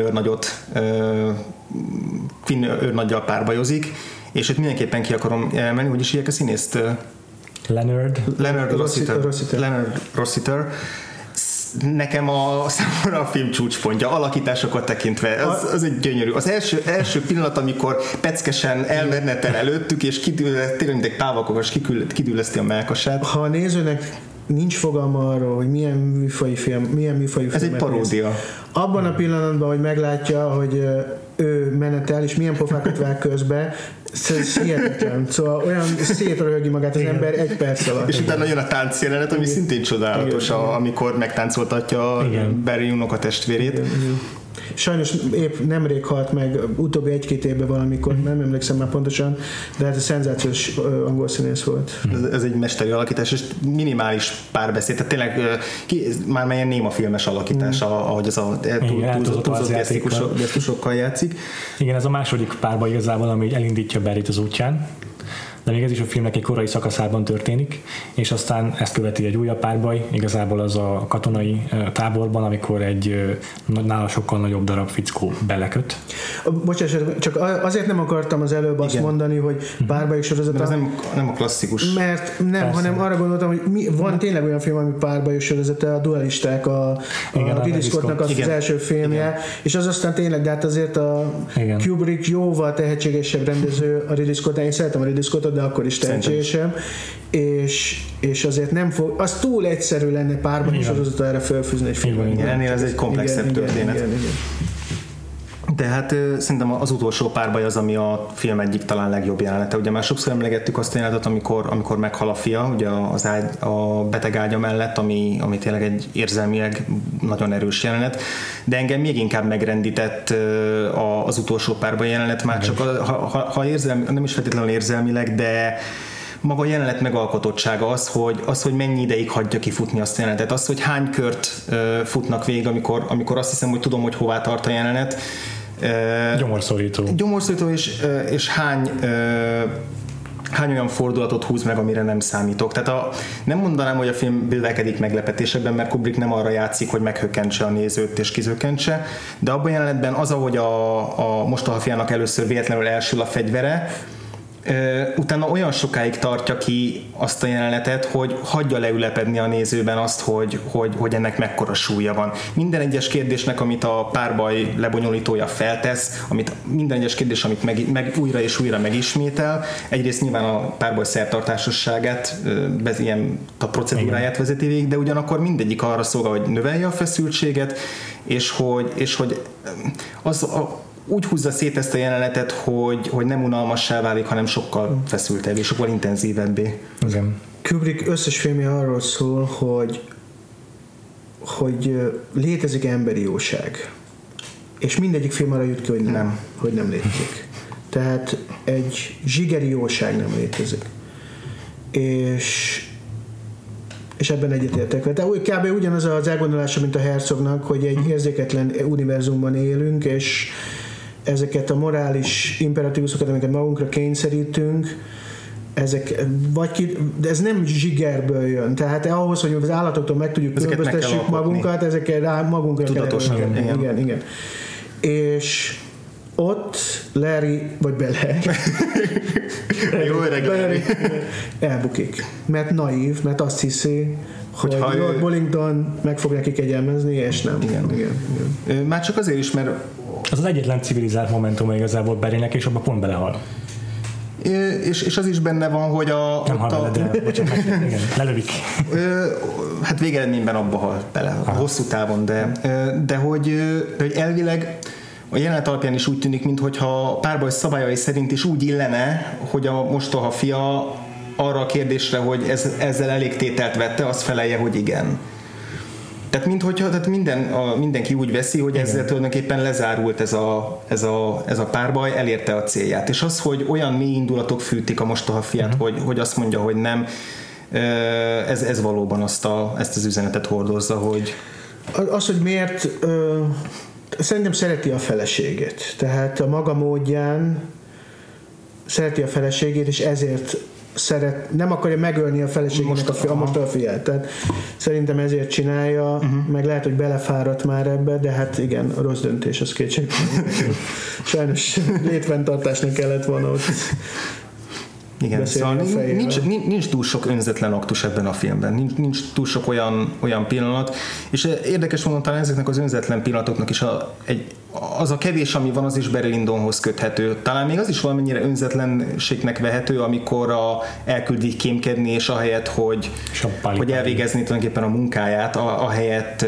őrnaggyal párbajozik, és ott mindenképpen ki akarom elmenni, hogy is hívják a színészt? Leonard Rossiter. Nekem számomra a film csúcspontja, alakításokat tekintve, az egy gyönyörű. Az első pillanat, amikor peckesen elmernetel előttük, és tényleg mint egy pávakogas kidülleszti a melkasát. Ha a nézőnek nincs fogalma arról, hogy milyen műfajú film. Ez egy paródia. Abban a pillanatban, hogy meglátja, hogy ő menetel, és milyen pofákat vág közbe, ez hihetetlen. Szóval olyan szétröhögi magát az ember 1 perc alatt. És utána jön a táncjelenet, ami szintén csodálatos, amikor megtáncoltatja Barry unokatestvérét. Sajnos épp nemrég halt meg, utóbbi 1-2 évben valamikor, nem emlékszem már pontosan, de hát a szenzációs angol színész volt. Ez egy mesteri alakítás, és minimális párbeszéd, tehát tényleg már melyen néma filmes alakítás, ahogy az a túlzott gesztusokkal játszik. Igen, ez a második párba igazából, ami elindítja Barryt az útján, de még ez is a filmnek egy korai szakaszában történik, és aztán ezt követi egy újabb párbaj, igazából az a katonai táborban, amikor egy nála sokkal nagyobb darab fickó beleköt. Bocsáss, csak azért nem akartam az előbb azt mondani, hogy párbajok sorozata. Ez nem a klasszikus. Mert nem, persze. Hanem arra gondoltam, hogy van tényleg olyan film, ami párbajok sorozata, a Dualisták, a Ridley Scottnak az első filmje, és az aztán tényleg, de hát azért a Kubrick jóval tehetségesebb rendező a Ridley Scott, én szeretem a Ridley Scottot, de akkor is tehetségesebb, és azért nem fog, az túl egyszerű lenne párbajok sorozata erre felfűzni egy filmben. Ennél ez egy komplexebb történet. Igen. De hát szerintem az utolsó párbaj az, ami a film egyik talán legjobb jelenete. Ugye már sokszor emlegettük azt a jelenetet, amikor meghal a fia, ugye a beteg ágya mellett, ami tényleg egy érzelmileg nagyon erős jelenet, de engem még inkább megrendített az utolsó párbaj jelenet, már csak ha érzelmi, nem is feltétlenül érzelmileg, de maga a jelenet megalkotottsága az, hogy mennyi ideig hagyja kifutni azt a jelenetet, az, hogy hány kört futnak végig, amikor azt hiszem, hogy tudom, hogy hová tart a jelenet. Gyomorszorító, és hány olyan fordulatot húz meg, amire nem számítok. Tehát nem mondanám, hogy a film bővelkedik meglepetésekben, mert Kubrick nem arra játszik, hogy meghökkentse a nézőt és kizökkentse, de abban a jelenetben az, ahogy a mostoha fiának először véletlenül elsül a fegyvere, utána olyan sokáig tartja ki azt a jelenetet, hogy hagyja leülepedni a nézőben azt, hogy ennek mekkora súlya van. Minden egyes kérdésnek, amit a párbaj lebonyolítója feltesz, minden egyes kérdés, amit meg újra és újra megismétel, egyrészt nyilván a párbaj szertartásosságát, ilyen a procedúráját vezeti végig, de ugyanakkor mindegyik arra szolgál, hogy növelje a feszültséget, és hogy úgy húzza szét ezt a jelenetet, hogy nem unalmassá válik, hanem sokkal feszültebb és sokkal intenzívebbé. Igen. Kubrick összes filmje arról szól, hogy létezik emberi jóság. És mindegyik film arra jut ki, hogy nem létezik. Tehát egy zsigeri jóság nem létezik. És ebben egyetértek. De kb. Ugyanaz az elgondolása, mint a Herzognak, hogy egy érzéketlen univerzumban élünk, és ezeket a morális imperatívusokat, amiket magunkra kényszerítünk, de ez nem zsigerből jön. Tehát ahhoz, hogy az állatoktól meg tudjuk különböztessük magunkat, ezeket magunkra tudatosan, kell. Igen. És ott Larry elbukik. Mert naív, mert azt hiszi, hogy Lord Bollington meg fog neki kegyelmezni, és nem. Igen. Már csak azért is, mert az egyetlen civilizált momentuma igazából Barrynek, és abban pont belehal. És az is benne van, hogy nem hal bele, de bocsánat, igen, lelövik. Hát végeredményben abba hal bele, hosszú távon, de hogy elvileg a jelenet alapján is úgy tűnik, mintha a párbaj szabályai szerint is úgy illene, hogy a mostoha fia arra a kérdésre, hogy ezzel elég tételt vette, azt felelje, hogy igen. Tehát mindenki úgy veszi, hogy ezzel tulajdonképpen lezárult ez a párbaj, elérte a célját. És az, hogy olyan mély indulatok fűtik a mostoha fiát, hogy azt mondja, hogy nem, ez valóban ezt az üzenetet hordozza, hogy... Az, hogy miért... Szerintem szereti a feleségét. Tehát a maga módján szereti a feleségét, és ezért nem akarja megölni a feleségét, a fiát. Tehát szerintem ezért csinálja, meg lehet, hogy belefáradt már ebbe, de hát igen, a rossz döntés, az kétségtelen. Sajnos létfenntartásnak kellett volna ott. Igen, szóval nincs túl sok önzetlen aktus ebben a filmben, nincs túl sok olyan pillanat, és érdekes módon talán ezeknek az önzetlen pillanatoknak is az a kevés, ami van, az is Barry Lyndonhoz köthető. Talán még az is valamennyire önzetlenségnek vehető, amikor elküldik kémkedni, és ahelyett, hogy elvégezni tulajdonképpen a munkáját, ahelyett...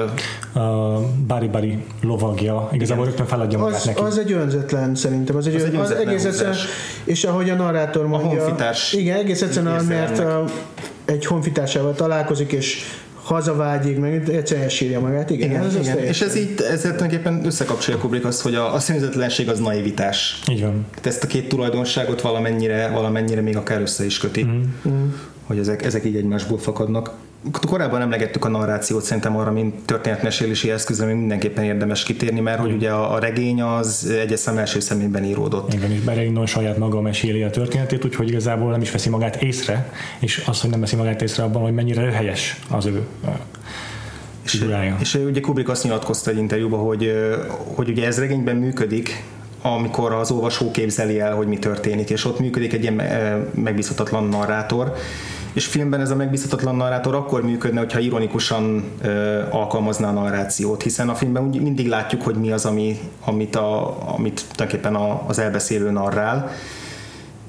Bari lovagja, igazából rögtön feladja magát neki. Az egy önzetlen, szerintem. Az egész egyszerűen, és ahogy a narrátor mondja... A honfitárs. Igen, egész egyszerűen, mert egy honfitársával találkozik, és hazavágyik, meg egyszerűen elsírja magát. Igen. És ezzel tulajdonképpen összekapcsolja Kubrick azt, hogy a színzetlenség az naivitás. Így van. Ezt a két tulajdonságot valamennyire még akár össze is köti. Hogy ezek így egymásból fakadnak. Korábban emlegettük a narrációt, szerintem arra, mint történetmesélési eszközre mindenképpen érdemes kitérni, mert hogy ugye a regény az egyes szem első szemében íródott. Igen, és Barry Lyndon saját maga meséli a történetét, úgyhogy igazából nem is veszi magát észre, és az, hogy nem veszi magát észre abban, hogy mennyire röhelyes az ő figurája. És ugye Kubrick azt nyilatkozta egy interjúban, hogy ugye ez regényben működik, amikor az olvasó képzeli el, hogy mi történik, és ott működik egy ilyen megbízhatatlan narrátor, és filmben ez a megbízhatatlan narrátor akkor működne, hogyha ironikusan alkalmazná a narrációt, hiszen a filmben úgy mindig látjuk, hogy mi az, amit tulajdonképpen az elbeszélő narrál,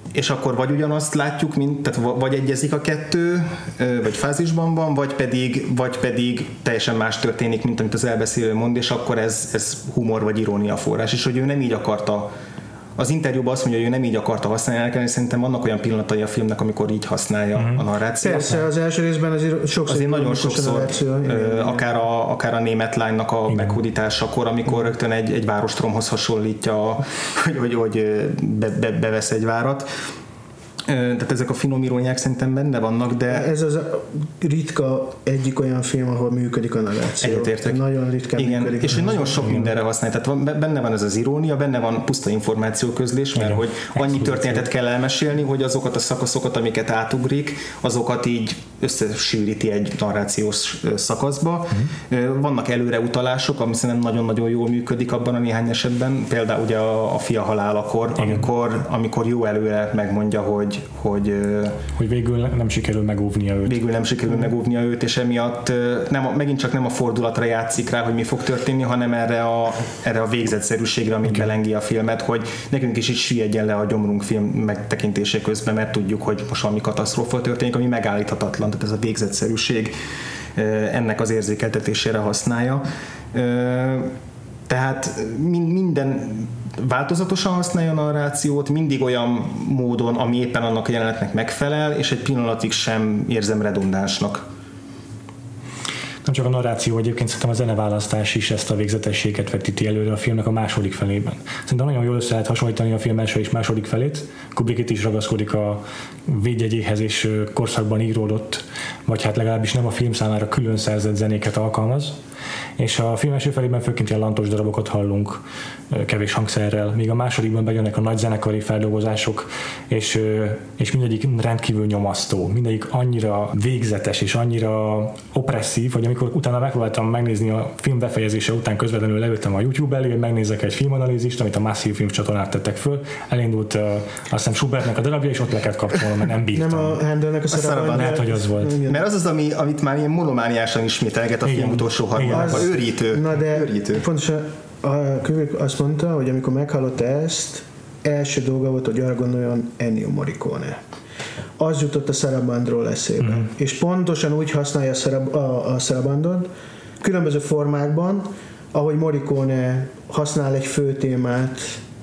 és akkor vagy ugyanazt látjuk, tehát vagy egyezik a kettő, vagy fázisban van, vagy pedig teljesen más történik, mint amit az elbeszélő mond, és akkor ez humor vagy irónia forrás, és hogy ő nem így akarta. Az interjúban azt mondja, hogy ő nem így akarta használni, és szerintem vannak olyan pillanatai a filmnek, amikor így használja a narrációt. Persze, az első részben azért nagyon sokszor, akár a német lánynak a meghódításakor, amikor rögtön egy várostromhoz hasonlítja, hogy bevesz egy várat. Tehát ezek a finom iróniák szerintem benne vannak, de... Ez az ritka egyik olyan film, ahol működik a narráció. Egyetértek. Nagyon ritkán működik. És hogy nagyon sok mindenre használja. Tehát benne van ez az irónia, benne van puszta információközlés, mert hogy annyi történetet kell elmesélni, hogy azokat a szakaszokat, amiket átugrik, azokat így összesűríti egy narrációs szakaszba. Vannak előreutalások, ami szerintem nagyon-nagyon jól működik abban a néhány esetben. Például ugye a fia halálakor, amikor jó előre megmondja, hogy végül nem sikerül megóvnia őt. És emiatt megint csak nem a fordulatra játszik rá, hogy mi fog történni, hanem erre a végzetszerűségre, amit belengi a filmet, hogy nekünk is így süllyedjen le a gyomrunk film megtekintése közben, mert tudjuk, hogy most valami katasztrófa történik, ami megállíthatatlan, tehát ez a végzetszerűség ennek az érzékeltetésére használja. Tehát minden változatosan használja a narrációt, mindig olyan módon, ami éppen annak a jelenetnek megfelel, és egy pillanatig sem érzem redundánsnak. Nem csak a narráció, egyébként szerintem a zeneválasztás is ezt a végzetességet vetíti előre a filmnek a második felében. Szerintem nagyon jól össze lehet hasonlítani a film első és második felét. Kubrick itt is ragaszkodik a védjegyéhez és korszakban íródott, vagy hát legalábbis nem a film számára külön szerzett zenéket alkalmaz. És a film első felében főként ilyen lantos darabokat hallunk kevés hangszerrel, míg a másodikban bejönnek a nagy zenekari feldolgozások, és mindegyik rendkívül nyomasztó, mindegyik annyira végzetes és annyira opresszív, hogy amikor utána megpróbáltam megnézni a film befejezése után, közvetlenül leültem a YouTube elé, hogy megnézzek egy filmanalízist, amit a Massive Films csatornát tettek föl, elindult azt hiszem Schubertnek a darabja, és ott le kellett kapcsolnom, mert nem bírtam. Nem a Handelnek a Sarabande, lehet, hogy az volt. Igen. Mert az, amit már ilyen monomániásan ismételget a film utolsó harmadában. Őrítő. Na de őrítő. Pontosan Kubrick azt mondta, hogy amikor meghallotta ezt, első dolga volt, hogy arra gondoljon Ennio Morricone. Az jutott a Sarabandról eszébe. És pontosan úgy használja a Sarabandot, különböző formákban, ahogy Morricone használ egy főtémát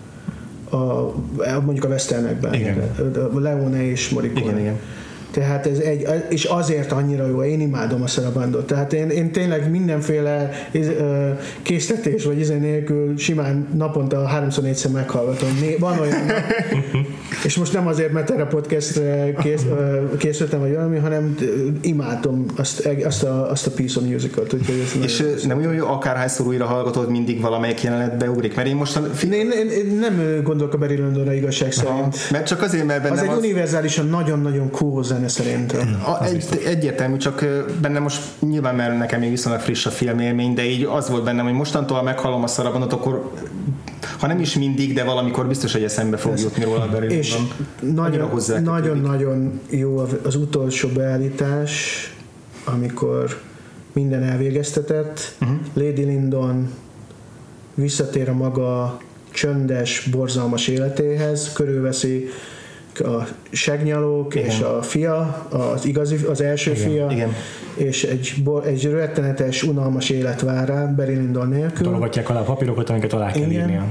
mondjuk a westernekben. Leone és Morricone. Igen. Tehát ez és azért annyira jó, én imádom a Sarabandot. Tehát én tényleg mindenféle késztetés vagy nélkül simán naponta 3-4-szer meghallgatom. Van olyan és most nem azért, mert erre a podcastre készültem vagy valami, hanem imádom azt a piece of musical-t. És nem olyan jó, akárhányszor újra hallgatod, mindig valamelyik jelenet beugrik, mert én most én nem gondolok a Barry Lyndonra igazság szerint. Mert csak azért, mert bennem az egy univerzálisan nagyon-nagyon cool zene szerintem. Egyértelmű, csak bennem most nyilván, mert nekem még viszonylag friss a filmélmény, de így az volt bennem, hogy mostantól meghallom a Sarabandot, akkor ha nem is mindig, de valamikor biztos, hogy eszembe fog jutni róla a Barry Lyndon. És nagyon-nagyon jó az utolsó beállítás, amikor minden elvégeztetett. Lady Lyndon visszatér a maga csöndes, borzalmas életéhez, körülveszi a segnyalók és a fia, az első fia, és egy rettenetes, unalmas élet vár rá, Barry Lyndon nélkül. Tologatják alá a papírokat, amiket alá kell írnia.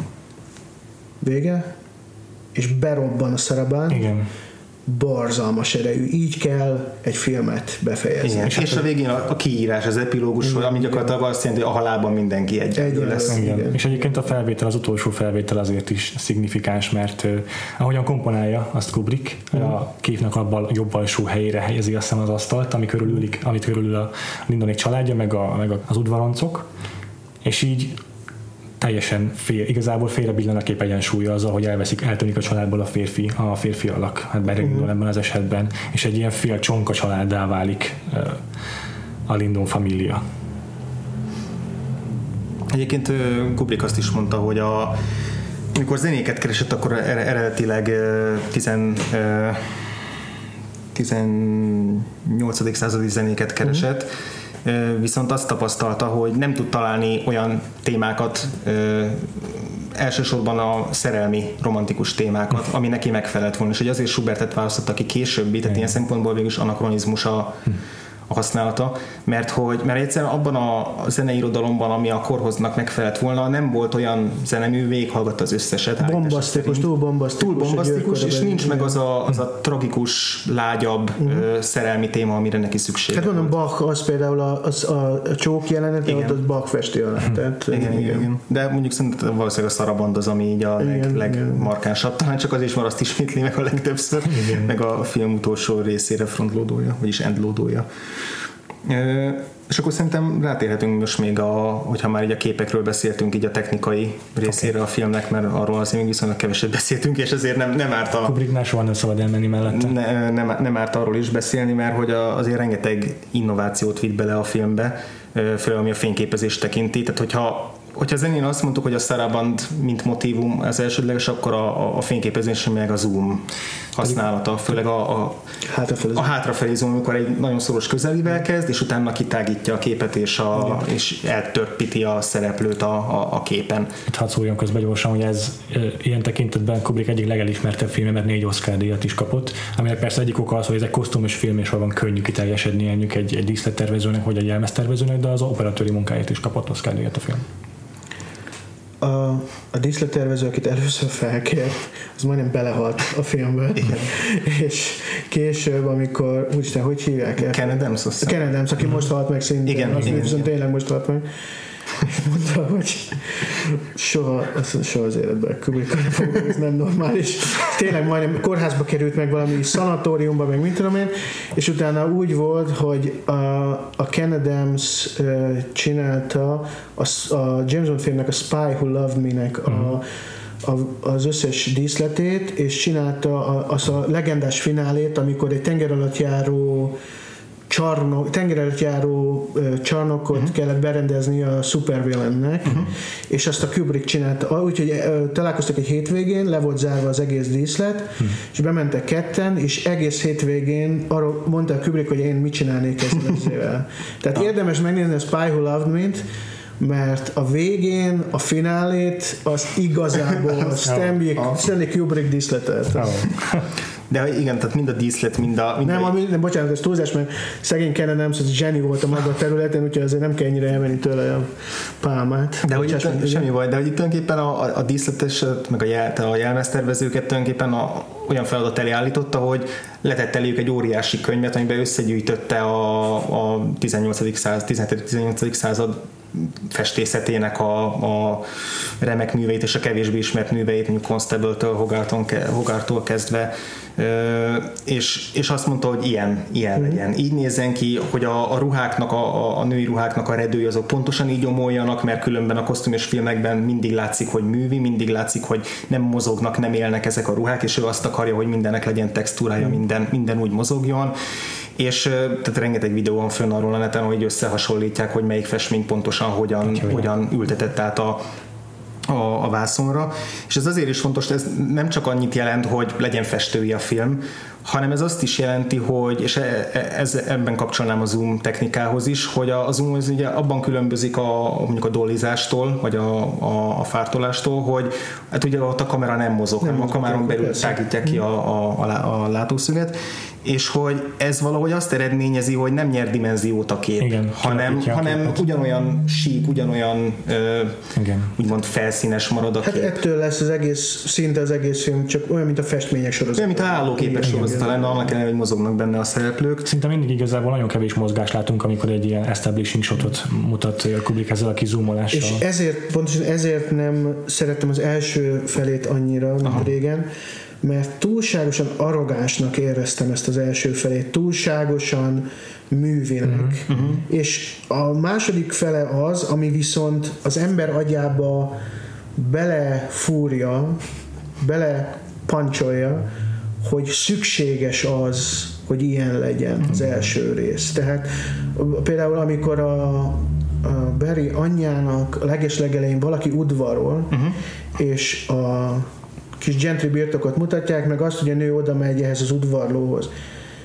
Vége, és berobban a Saraband. Igen. Borzalmas erejű. Így kell egy filmet befejezni. Igen. És a végén a kiírás, az epilógus, ami gyakorlatilag azt jelenti, hogy a halálban mindenki egyenlő lesz. Igen. És egyébként a felvétel, az utolsó felvétel azért is szignifikáns, mert ahogyan komponálja azt Kubrick, a képnek abban jobb alsó helyére helyezi azt az asztalt, amit körülül a Lyndonék családja, meg az udvaroncok, és így teljesen igazából félrebillen a kép egyensúlya azzal, hogy eltűnik a családból a férfi alak, hát Barry Lyndon ebben az esetben, és egy ilyen fél csonka családdá válik a Lyndon família. Egyébként Kubrick azt is mondta, hogy amikor zenéket keresett, akkor eredetileg 18. századi zenéket keresett, viszont azt tapasztalta, hogy nem tud találni olyan témákat elsősorban a szerelmi romantikus témákat, ami neki megfelelt volna, és hogy azért Schubertet választotta ki későbbi, tehát ilyen szempontból végül is anakronizmus a használata, mert egyszerűen abban a zeneirodalomban, ami a korhoznak megfelelt volna, nem volt olyan zenemű, végighallgatta az összeset. Bombasztikus, túl bombasztikus, és nincs meg az a tragikus, lágyabb szerelmi téma, amire neki szüksége. Hát mondom, Bach, az például a csók jelenet, ott Bach festi alá. Igen. De mondjuk szerintem valószínűleg a Saraband az, ami így a legmarkánsabb. Talán csak az is, mert azt ismétli meg a legtöbbször, meg a film utolsó részére frontlódója, vagyis endlódója. És akkor szerintem rátérhetünk most még, hogyha már így a képekről beszéltünk, így a technikai részére a filmnek, mert arról azért még viszonylag keveset beszéltünk, és ezért nem árt Kubricknál soha nem szabad elmenni mellette. Nem árt arról is beszélni, mert hogy azért rengeteg innovációt vitt bele a filmbe, főleg ami a fényképezést tekinti, tehát hogyha zenén azt mondtuk, hogy a Saraband mint motívum az elsődleges, akkor a fényképezés meg a zoom használata, főleg a hátrafelé zoom, amikor egy nagyon szoros közelivel kezd, és utána kitágítja a képet, és eltörpíti a szereplőt a képen. Itt hadd szóljam közben gyorsan, hogy ez ilyen tekintetben Kubrick egyik legelismertebb filme, mert 4 Oscar-díjat is kapott, aminek persze egyik oka az, hogy ez egy kosztümös film, és van könnyű kiteljesedni egy díszlettervezőnek, vagy egy jelmeztervezőnek, de az operatőri munkáért is kapott Oscar-díjat a film. A díszlettervező, akit először felkért, az majdnem belehalt a filmbe. És később, amikor, úgyis hogy hívják el? Ken Adams, aki most halt meg szintén. Igen. Viszont tényleg most halt meg. Mondta, hogy soha az életben Kubrick nem fog, ez nem normális. Tényleg majdnem kórházba került meg valami szanatóriumba, meg mit tudom én, és utána úgy volt, hogy a Ken Adams csinálta a James Bond filmnek, a Spy Who Loved Me-nek az összes díszletét, és csinálta az a legendás finálét, amikor egy tenger alatt járó csarnokot kellett berendezni a supervillainnek, és azt a Kubrick csinálta. Úgyhogy találkoztak egy hétvégén, le volt zárva az egész díszlet, és bementek ketten, és egész hétvégén arról mondta a Kubrick, hogy én mit csinálnék ezzel. Tehát érdemes megnézni a Spy Who Loved Me-t, mert a végén a finálét az igazából Stanley Kubrick díszletet. De igen, tehát mind a díszlet, Nem, bocsánat, ez túlzás, mert szegény Ken Adams az zseni volt a maga területen, úgyhogy azért nem kell ennyire elmenni tőle a pálmát. De hogy semmi baj, de hogy itt tulajdonképpen a díszletes, meg a jelmeztervezőket tulajdonképpen olyan feladat elé állította, hogy letett eléjük egy óriási könyvet, amiben összegyűjtötte a 17.-18. század festészetének a remek műveit és a kevésbé ismert műveit, mondjuk Constable-től, Hogarth-tól kezdve, és azt mondta, hogy ilyen legyen. Így nézzen ki, hogy a ruháknak, a női ruháknak a redői azok pontosan így omoljanak, mert különben a kosztümös filmekben mindig látszik, hogy művi, mindig látszik, hogy nem mozognak, nem élnek ezek a ruhák, és ő azt akarja, hogy mindennek legyen textúrája, minden úgy mozogjon. És tehát rengeteg videó van fönn arról a neten, hogy összehasonlítják, hogy melyik festmény pontosan hogyan ültetett át a vászonra. És ez azért is fontos, ez nem csak annyit jelent, hogy legyen festői a film, hanem ez azt is jelenti, hogy, és ebben kapcsolnám a zoom technikához is, hogy a zoom az ugye abban különbözik mondjuk a dollizástól, vagy a fártolástól, hogy hát ugye ott a kamera nem mozog, hanem a kameron belül tágítják ki a látószöget, és hogy ez valahogy azt eredményezi, hogy nem nyer dimenziót a kép, igen, hanem ugyanolyan sík, ugyanolyan úgymond felszínes marad a kép. Hát ettől lesz szinte az egész film, csak olyan, mint a festmények sorozat. Olyan, mint a állóképes sorozat lenne, annak ellenére, hogy mozognak benne a szereplők. Szinte mindig igazából nagyon kevés mozgást látunk, amikor egy ilyen establishing shotot mutat Kubrick ezzel a kizoomolással. És pontosan ezért nem szerettem az első felét annyira, mint régen, mert túlságosan arrogánsnak éreztem ezt az első felét, túlságosan művinek. És a második fele az, ami viszont az ember agyába belefúrja, belepancsolja, hogy szükséges az, hogy ilyen legyen az első rész. Tehát például amikor a Barry anyjának legeslegelején valaki udvarol, és a kis gentry birtokot mutatják, meg azt, hogy a nő oda megy ehhez az udvarlóhoz.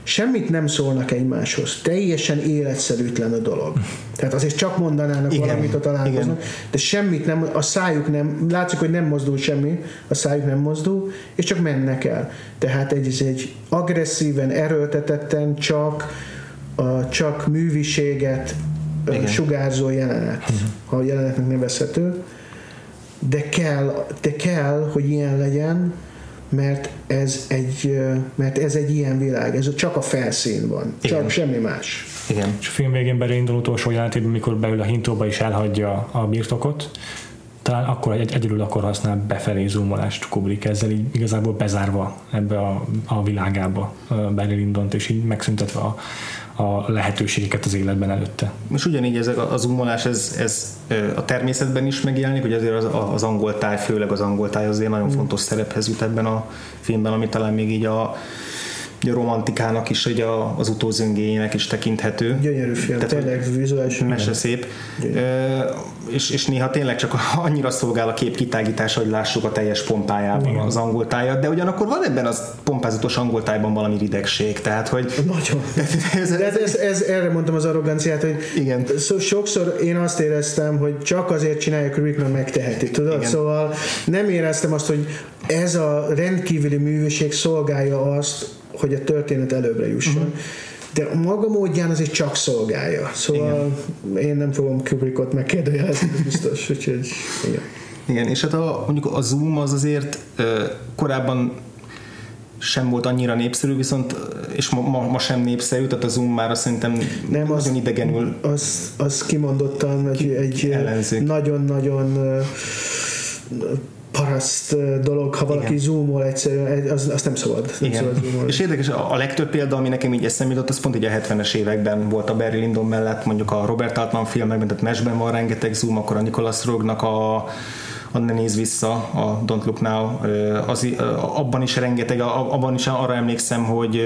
semmit nem szólnak egymáshoz. Teljesen életszerűtlen a dolog. Tehát azért csak mondanának valamit a találkoznak, de semmit nem, a szájuk nem, látszik, hogy nem mozdul semmi, a szájuk nem mozdul, és csak mennek el. Tehát ez egy agresszíven, erőltetetten csak műviséget sugárzó jelenet, ha a jelenetnek nevezhető, de kell, hogy ilyen legyen, mert ez egy ilyen világ, ez csak a felszín van, csak semmi más. Igen. És a film végén belindul utolsó jelenetében, mikor beül a hintóba és elhagyja a birtokot, talán akkor egyedül akkor használ befelé zoomolást Kubrick, ezzel így igazából bezárva ebbe a világába Barry Lyndont, és így megszüntetve a lehetőségeket az életben előtte. És ugyanígy ez a zoomolás, ez a természetben is megjelenik, hogy azért az angol táj, főleg az angol táj azért nagyon fontos szerephez jut ebben a filmben, ami talán még így a romantikának is, hogy az utózöngéjének is tekinthető. Gyönyörű film, tényleg vizuális. Mese szép. És néha tényleg csak annyira szolgál a kép kitágítása, hogy lássuk a teljes pompájában az angol tájat, de ugyanakkor van ebben az pompázatos angol tájban valami ridegség, tehát hogy... Nagyon. Ez erre mondtam az arroganciát, hogy igen. Sokszor én azt éreztem, hogy csak azért csinálja Kubrick, mert megteheti, tudod? Igen. Szóval nem éreztem azt, hogy ez a rendkívüli művészség szolgálja azt, hogy a történet előbbre jusson. De a maga módján azért csak szolgálja. Szóval én nem fogom Kubrickot megkérdőjelezni, biztos. Úgyhogy, igen, és hát mondjuk a zoom az azért korábban sem volt annyira népszerű, viszont és ma sem népszerű, tehát a zoom már azt szerintem nem, nagyon idegenül. Az kimondottan egy nagyon-nagyon paraszt dolog, ha valaki zoomol egyszerűen, azt nem szabad. Nem szabad és érdekes, a legtöbb példa, ami nekem így eszembe jutott, az pont így a 70-es években volt a Barry Lyndon mellett, mondjuk a Robert Altman filmekben, tehát Meshben van rengeteg zoom, akkor a Nicholas Roegnak a Ne nézz vissza, a Don't Look Now, abban is rengeteg, abban is arra emlékszem,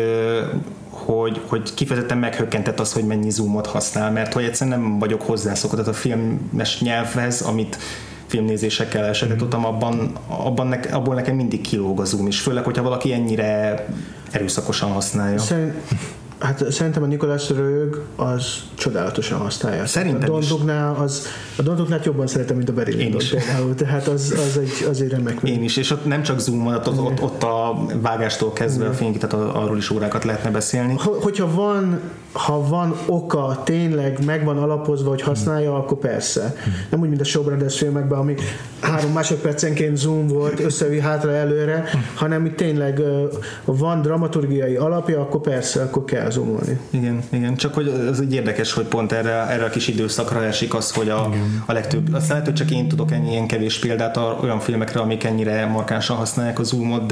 hogy kifejezetten meghökkentett az, hogy mennyi zoomot használ, mert hogy egyszerűen nem vagyok hozzászokott, tehát a filmes nyelvhez, amit filmnézésekkel elsajátítom, abból nekem mindig kilóg a zoom is, főleg, hogyha valaki ennyire erőszakosan használja. Szerintem a Nicholas Roeg az csodálatosan használja. Szerintem a Don't Look Now jobban szeretem, mint a Barry Lyndon például, tehát az egy remek. Én is, és ott nem csak zoom van, ott a vágástól kezdve a fénykig, tehát arról is órákat lehetne beszélni. Ha van oka, tényleg meg van alapozva, hogy használja, akkor persze. Nem úgy, mint a Shaw Brothers filmekben, amik 3 másodpercenként zoom volt, összevi hátra-előre, hanem itt tényleg van dramaturgiai alapja, akkor persze, akkor kell zoomolni. Igen, csak hogy az egy érdekes, hogy pont erre a kis időszakra esik az, hogy a legtöbb, azt lehet, hogy csak én tudok ilyen kevés példát olyan filmekre, amik ennyire markánsan használják a zoomot,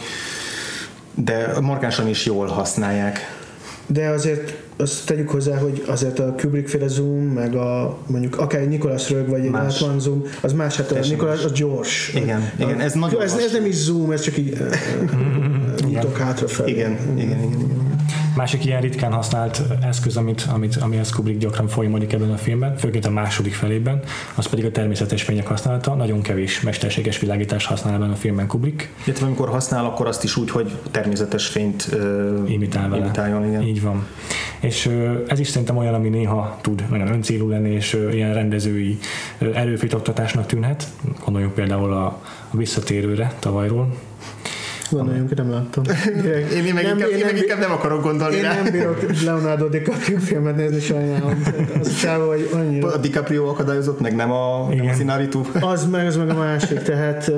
de markánsan is jól használják. De azért azt tegyük hozzá, hogy azért a Kubrick-féle zoom, meg mondjuk akár egy Nicholas Roeg vagy egy Altman zoom, az más, hát a Nicholas az gyors. Igen, ez nagyon ez nem is zoom, ez csak így nyitok hátrafelé. Igen. Másik ilyen ritkán használt eszköz, amihez Kubrick gyakran folyamodik ebben a filmben, főként a második felében, az pedig a természetes fények használata. Nagyon kevés mesterséges világítást használ ebben a filmben Kubrick. Illetve amikor használ, akkor azt is úgy, hogy természetes fényt imitáljon. Igen. Így van. És ez is szerintem olyan, ami néha tud nagyon öncélú lenni, és ilyen rendezői erőfitoktatásnak tűnhet. Gondoljunk például a Visszatérőre tavalyról. Gondoljunk, nem láttam. Én meg inkább nem akarok gondolni rá. Én nem bírok Leonardo DiCaprio filmet nézni, sajnálom. Az csávó, hogy annyira... A DiCaprio akadályozott meg, nem a Inarritu. Az meg a másik, tehát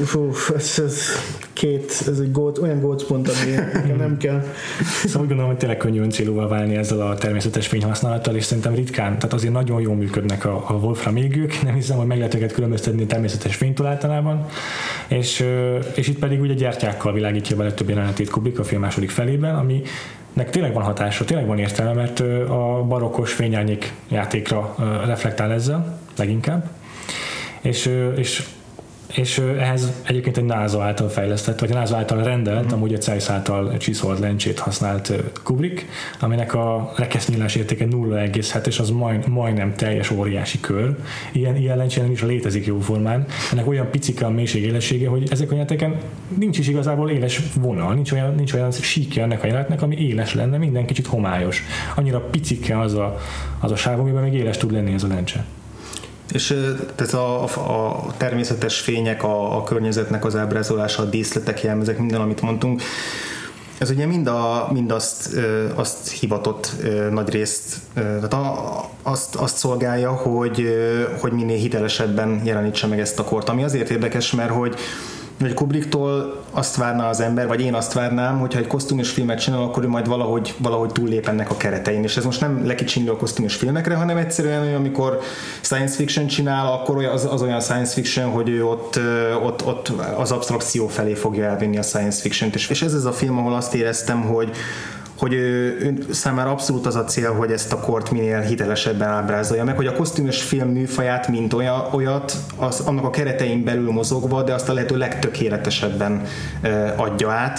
ez egy olyan gócpont, ami nem kell. Szóval úgy gondolom, hogy tényleg könnyű öncélúval válni ezzel a természetes fényhasználattal, és szerintem ritkán, tehát azért nagyon jól működnek a Wolfram égők, nem hiszem, hogy meg lehet őket különböztetni természetes fénytől általában, és itt pedig ugye gyertyákkal világítja be legtöbb jelenetét Kubrick a film második felében, aminek tényleg van hatása, tényleg van értelme, mert a barokkos fényárnyék játékra reflektál ezzel leginkább, és És ehhez egyébként egy NASA által fejlesztett, vagy a NASA által rendelt, amúgy egy Zeiss által csiszolt lencsét használt Kubrick, aminek a rekesznyílás értéke 0,7, és az majdnem teljes óriási kör. Ilyen lencse nem is létezik jóformán. Ennek olyan picike a mélység élessége, hogy ezek a jeleneteken nincs is igazából éles vonal, nincs olyan síkja ennek a jelenetnek, ami éles lenne, minden kicsit homályos. Annyira picike az a sáv, amiben még éles tud lenni ez a lencse. És ez a természetes fények, a környezetnek az ábrázolása, a díszletek, jelmezek, minden, amit mondtunk, ez ugye mind azt hivatott nagy részt, tehát azt szolgálja, hogy minél hitelesebben jelenítse meg ezt a kort. Ami azért érdekes, mert hogy Kubricktól azt várná az ember, vagy én azt várnám, hogyha egy kosztümös filmet csinál, akkor ő majd valahogy túllép ennek a keretein. És ez most nem lekicsinlő a kosztümös filmekre, hanem egyszerűen olyan, amikor science fiction csinál, akkor az olyan science fiction, hogy ő ott az abstrakció felé fogja elvinni a science fiction-t. És ez a film, ahol azt éreztem, hogy ő számára abszolút az a cél, hogy ezt a kort minél hitelesebben ábrázolja meg, hogy a kosztümös film műfaját, mint olyat, annak a keretein belül mozogva, de azt a lehető legtökéletesebben adja át.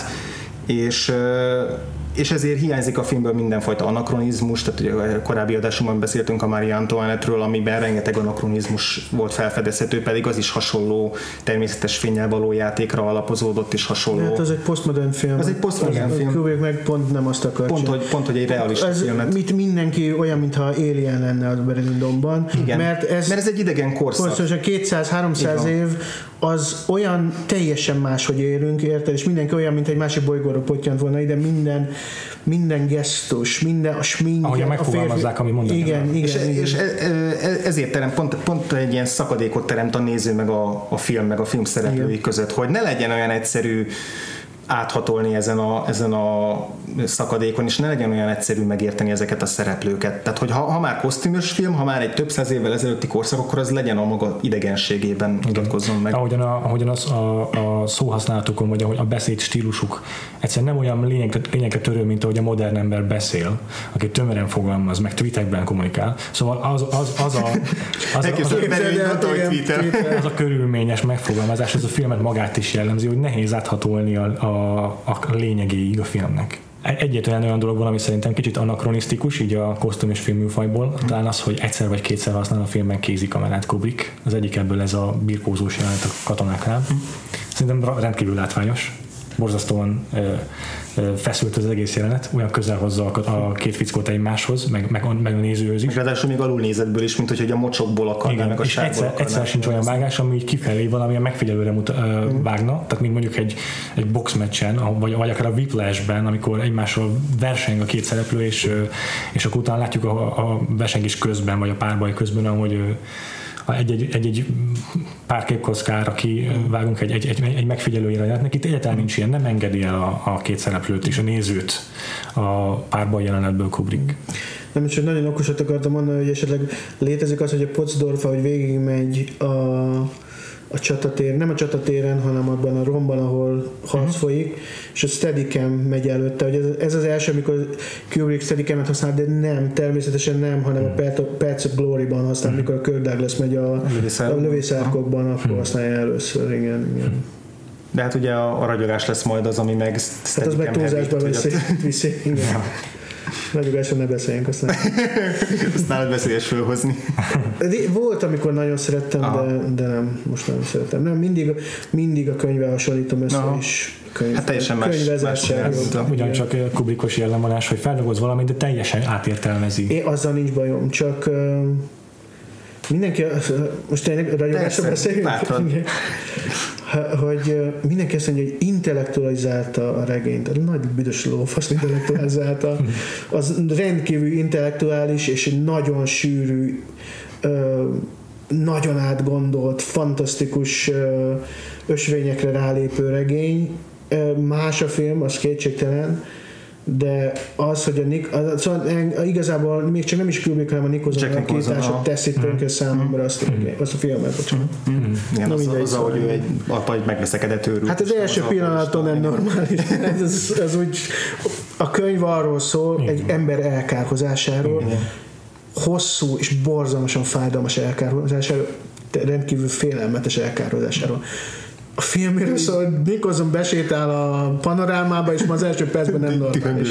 És ezért hiányzik a filmből mindenfajta anakronizmus, tehát ugye a korábbi adásunkban beszéltünk a Marie Antoinette-ről, amiben rengeteg anakronizmus volt felfedezhető, pedig az is hasonló természetes fénnyel való játékra alapozódott, és hasonló. Hát az egy postmodern film. Az egy postmodern film. Kubrick meg pont nem azt akar. Pont, hogy egy realista filmet. Mindenki olyan, mintha Alien lenne a Berlin Domban. Igen, mert ez egy idegen korszak. Pontosan 200-300 év az olyan teljesen más, hogy élünk, érted? És mindenki olyan, mint egy másik bolygóra pottyant volna ide, minden gesztus, minden a smink, ahogy megfogalmazzák, ami mondanak. Igen. És ezért teremt, pont egy ilyen szakadékot teremt a néző meg a film szereplői között, hogy ne legyen olyan egyszerű áthatolni ezen a szakadékon, és ne legyen olyan egyszerű megérteni ezeket a szereplőket. Tehát, hogy ha már kosztümös film, ha már egy több száz évvel ezelőtti korszak, akkor az legyen a maga idegenségében mutatkozzon meg. Ahogyan a szóhasználatokon, vagy ahogy a beszéd stílusuk egyszerűen nem olyan lényegre törő, mint ahogy a modern ember beszél, aki tömören fogalmaz, meg tweetekben kommunikál. Szóval az a körülményes megfogalmazás, az a filmet magát is jellemzi, hogy nehéz áthatolni a lényegéig a filmnek. Egyetlen olyan dolog van, ami szerintem kicsit anakronisztikus, így a kosztümös filmműfajból, talán az, hogy egyszer vagy kétszer használ a filmben kézikamerát Kubrick. Az egyik ebből ez a birkózós jelenet a katonáknál. Szerintem rendkívül látványos. Borzasztóan feszült az egész jelenet, olyan közel hozza a két fickót egymáshoz, meg a nézőhöz is. Ráadásul még alulnézetből is, mint hogy a mocsokból akarná, meg a sárból akarná. Egyszer sincs olyan vágás, ami így kifelé valamilyen megfigyelőre vágna, tehát mint mondjuk egy boxmeccsen, vagy akár a Whiplash-ben, amikor egymással verseng a két szereplő, és akkor utána látjuk a versengés közben, vagy a párbaj közben, ahogy egy pár képkockára kivágunk egy megfigyelő jelenetnek. Itt egyáltalán nincs ilyen, nem engedi el a két szereplőt és a nézőt a párbaj jelenetből Kubrick. Nem, csak nagyon okosat akartam mondani, hogy esetleg létezik az, hogy a Potzdorf, ahogy végigmegy a csatatéren, nem a csatatéren, hanem abban a romban, ahol harc folyik, és a Steadicam megy előtte, hogy ez az első, amikor Kubrick Steadicamet használ, de nem, természetesen nem, hanem a Paths of Glory-ban használ, amikor a Kirk Douglas megy a lövészárkokban, akkor használja először, igen. De hát ugye a ragyogás lesz majd az, ami meg Steadicam hát az meg túlzásba viszi, igen. Ragyogásra ne beszéljünk, aztán nálad veszélyes fölhozni. Volt, amikor nagyon szerettem, de nem, most nem szeretem. Nem, mindig a könyvvel hasonlítom össze, és hát teljesen más ugyancsak Kubrickos jellemvonás, hogy feldolgoz valamit, de teljesen átértelmezi. Azzal nincs bajom, csak mindenki, most tényleg ragyogásra beszéljünk? Hogy mindenki azt mondja, hogy intellektualizálta a regényt, a nagy büdös lófasz intellektualizálta, az rendkívül intellektuális és egy nagyon sűrű, nagyon átgondolt, fantasztikus ösvényekre rálépő regény. Más a film, az kétségtelen, de az, hogy szóval igazából még csak nem is Kubrick, hanem a Nicholson alakítása teszi tönkre számomra azt a filmet. Igen, az, ahogy ő egy megveszekedett őrült. Hát az első pillanaton nem normális. Ez úgy, a könyv arról szól, egy ember elkárhozásáról, hosszú és borzalmasan fájdalmas elkárhozásáról, rendkívül félelmetes elkározásáról. A filmről szól, hogy Nicholson besétál a panorámába, és ma az első percben nem normális.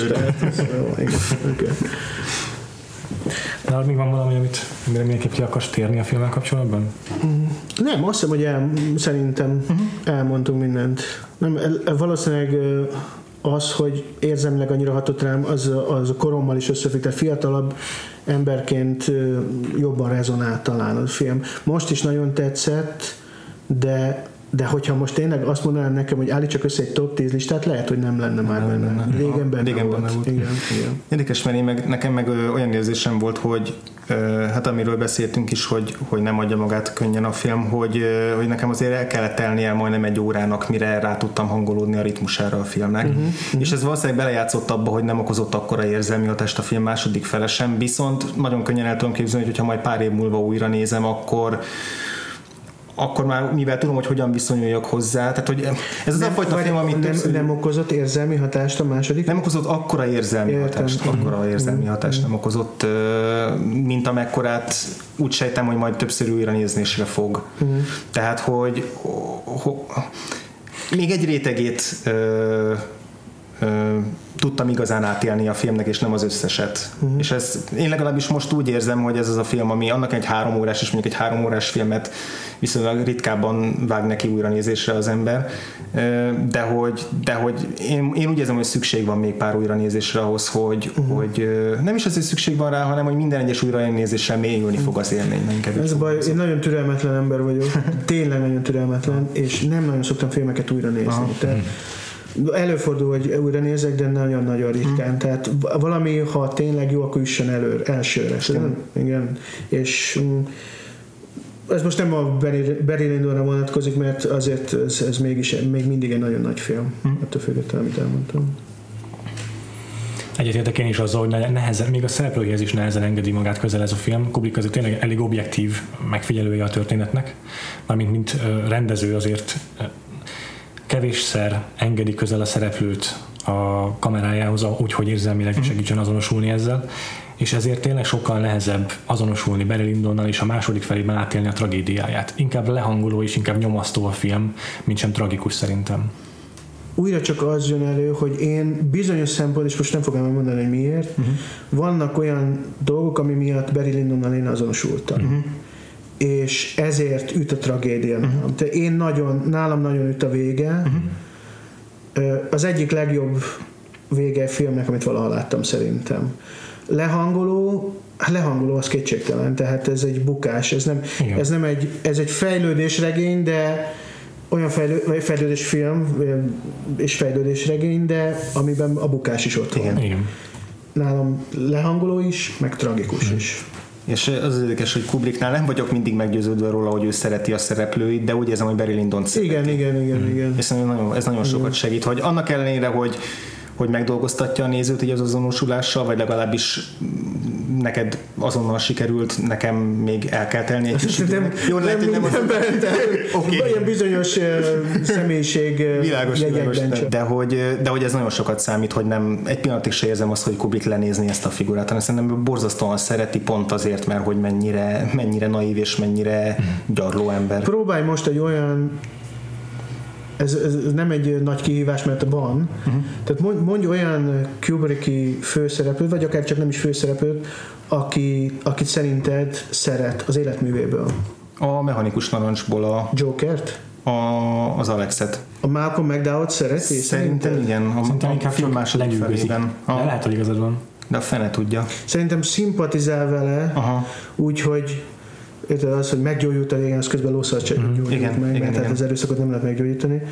De még van valami, amire mindenképp ki akarsz térni a filmmel kapcsolatban? Nem, azt hiszem, hogy szerintem elmondtunk mindent. Nem, valószínűleg az, hogy érzelmileg annyira hatott rám, az a korommal is összefügg, tehát fiatalabb emberként jobban rezonált talán a film. Most is nagyon tetszett, de hogyha most tényleg azt mondanám nekem, hogy állítsak össze egy top 10 listát, lehet, hogy nem lenne már benne. Régen benne volt. Igen. Érdekes, mert nekem meg olyan érzésem volt, hogy hát amiről beszéltünk is, hogy nem adja magát könnyen a film, hogy nekem azért el kellett telnie majdnem egy órának, mire rá tudtam hangolódni a ritmusára a filmnek. És ez valószínűleg belejátszott abba, hogy nem okozott akkora érzelmi hatást a film második fele sem, viszont nagyon könnyen el tudom képzelni, hogy ha majd pár év múlva újra nézem, akkor már mivel tudom, hogy hogyan viszonyuljak hozzá, tehát hogy ez az a fajta film, amit nem okozott érzelmi hatást a második? Nem okozott akkora érzelmi hatást nem okozott, mint amekkorát úgy sejtem, hogy majd többször újra nézésre fog. Tehát, hogy még egy rétegét tudtam igazán átélni a filmnek, és nem az összeset. És én legalábbis most úgy érzem, hogy ez az a film, ami annak egy 3 órás, és mondjuk egy 3 órás filmet viszonylag ritkábban vág neki újra nézésre az ember, de hogy én úgy érzem, hogy szükség van még pár újra nézésre ahhoz, hogy nem is az, hogy szükség van rá, hanem hogy minden egyes újra nézéssel mélyülni fog az élmény. Ez a baj, én nagyon türelmetlen ember vagyok, tényleg nagyon türelmetlen, és nem nagyon szoktam filmeket újra nézni. Tehát előfordul, hogy újra nézek, de nagyon-nagyon ritkán. Tehát valami, ha tényleg jó, akkor üssön elsőre. Igen. És ez most nem a Barry Lyndonra vonatkozik, mert azért ez még mindig egy nagyon nagy film. Attól függetlenül, amit elmondtam. Egyetértek én is azzal, hogy nehezen, még a szereplőjéhez is nehezen engedi magát közel ez a film. Kubrick azért tényleg elég objektív megfigyelője a történetnek, mármint mint rendező azért kevésszer engedi közel a szereplőt a kamerájához, úgyhogy érzelmileg segítsen azonosulni ezzel, és ezért tényleg sokkal nehezebb azonosulni Barry Lyndonnal és a második felében átélni a tragédiáját. Inkább lehangoló és inkább nyomasztó a film, mint sem tragikus szerintem. Újra csak az jön elő, hogy én bizonyos szempontból, és most nem fogom elmondani, hogy miért, vannak olyan dolgok, ami miatt Barry Lyndonnal én azonosultam. És ezért üt a tragédia nálam. Nálam nagyon üt a vége. Az egyik legjobb vége filmnek, amit valaha láttam szerintem. Lehangoló az kétségtelen, tehát ez egy bukás, ez egy fejlődésregény, de olyan fejlődésfilm és fejlődésregény, de amiben a bukás is ott van. Igen. Nálam lehangoló is, meg tragikus is. És az érdekes, hogy Kubricknál nem vagyok mindig meggyőződve róla, hogy ő szereti a szereplőit, de úgy érzem, hogy Barry Lyndont szereti. Igen. És ez nagyon sokat segít, hogy annak ellenére, hogy megdolgoztatja a nézőt így az azonosulással, vagy legalábbis neked azonnal sikerült, nekem még el kell telni egy kis időnek. Jó, lehet, hogy nem olyan bizonyos személyiség jegyekben csak. De hogy ez nagyon sokat számít, hogy nem egy pillanatig se érzem azt, hogy Kubrick lenézni ezt a figurát, hanem szerintem borzasztóan szereti pont azért, mert hogy mennyire naív és mennyire gyarló ember. Próbálj most egy olyan ez nem egy nagy kihívás, mert van. Tehát mondj olyan Kubricki főszereplőt, vagy akár csak nem is főszereplőt, akit szerinted szeret az életművéből. A Mechanikus Narancsból a Jokert? Az Alexet. A Malcolm McDowell szereti? Szerintem igen. Szerintem inkább film második felében. De lehet, hogy igazad van. De a fene tudja. Szerintem szimpatizál vele, úgyhogy az, hogy meggyógyult a régen, az közben lószarcságot gyógyult meg, mert tehát az erőszakot nem lehet meggyógyítani.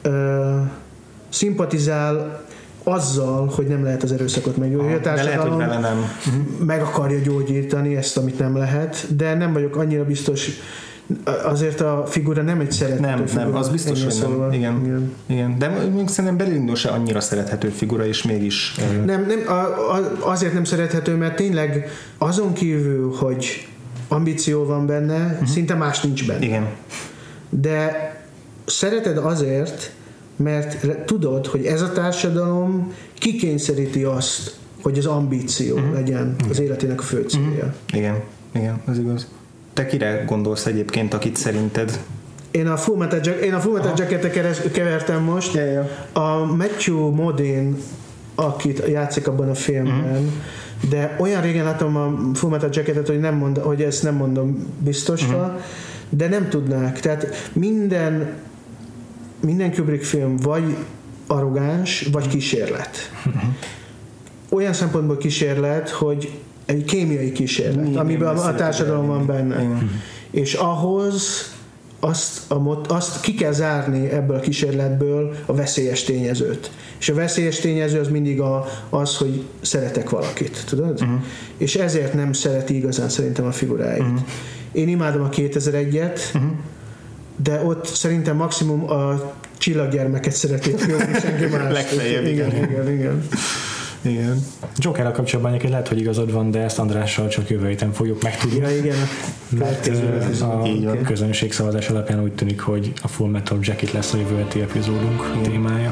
Szimpatizál azzal, hogy nem lehet az erőszakot meggyógyítani. De lehet, hogy vele nem. Meg akarja gyógyítani ezt, amit nem lehet, de nem vagyok annyira biztos, azért a figura nem egy szerethető figura. Nem, az biztos, hogy nem. Igen. De szerintem Barry Lyndon se annyira szerethető figura, és mégis... Nem, azért nem szerethető, mert tényleg azon kívül, hogy ambíció van benne, szinte más nincs benne. Igen. De szereted azért, mert tudod, hogy ez a társadalom kikényszeríti azt, hogy az ambíció legyen az életének a fő célja. Igen, ez igaz. Te kire gondolsz egyébként, akit szerinted? Én a Full Metal Jacket-et kevertem most. A Matthew Modine, akit játszik abban a filmben, de olyan régen látom a Full Metal Jacketet, hogy ezt nem mondom biztosra, de nem tudnák. Tehát minden Kubrick film vagy arrogáns, vagy kísérlet. Olyan szempontból kísérlet, hogy egy kémiai kísérlet, amiben a társadalom van benne. És ahhoz azt ki kell zárni ebből a kísérletből a veszélyes tényezőt. És a veszélyes tényező az mindig az, hogy szeretek valakit, tudod? És ezért nem szereti igazán szerintem a figuráit. Én imádom a 2001-et, de ott szerintem maximum a Csillaggyermeket szereti a film, és senki más. Legfeljebb, igen. Jokerrel kapcsolatban egyébként lehet, hogy igazad van, de ezt Andrással csak jövő héten fogjuk megtudni. Ja, igen. Mert a közönség szavazás alapján úgy tűnik, hogy a Full Metal Jacket lesz a jövő heti epizódunk témája.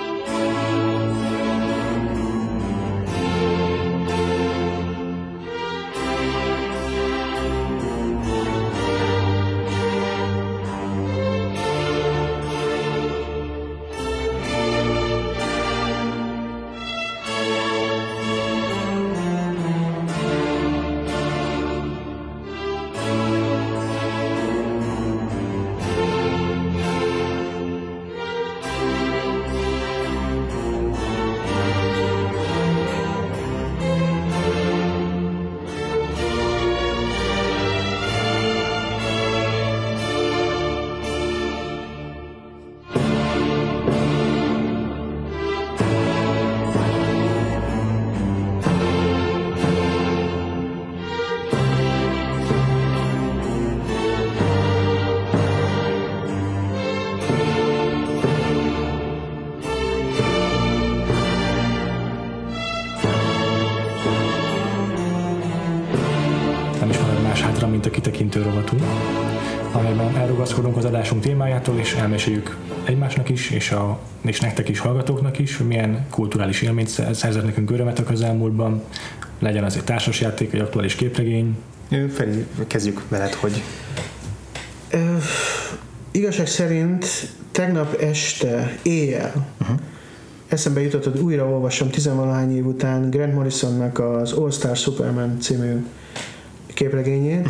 Mint a kitekintő rovatunk, amelyben elrugaszkodunk az adásunk témájától, és elmeséljük egymásnak is, és nektek is, hallgatóknak is, hogy milyen kulturális élményt szerzett nekünk örömet a közelmúltban, legyen az egy társasjáték, egy aktuális képregény. Feri, kezdjük veled, hogy... Igazság szerint tegnap este, éjjel eszembe jutott, hogy újra olvasom 10-valahány év után Grant Morrisonnak az All Star Superman című képregényét,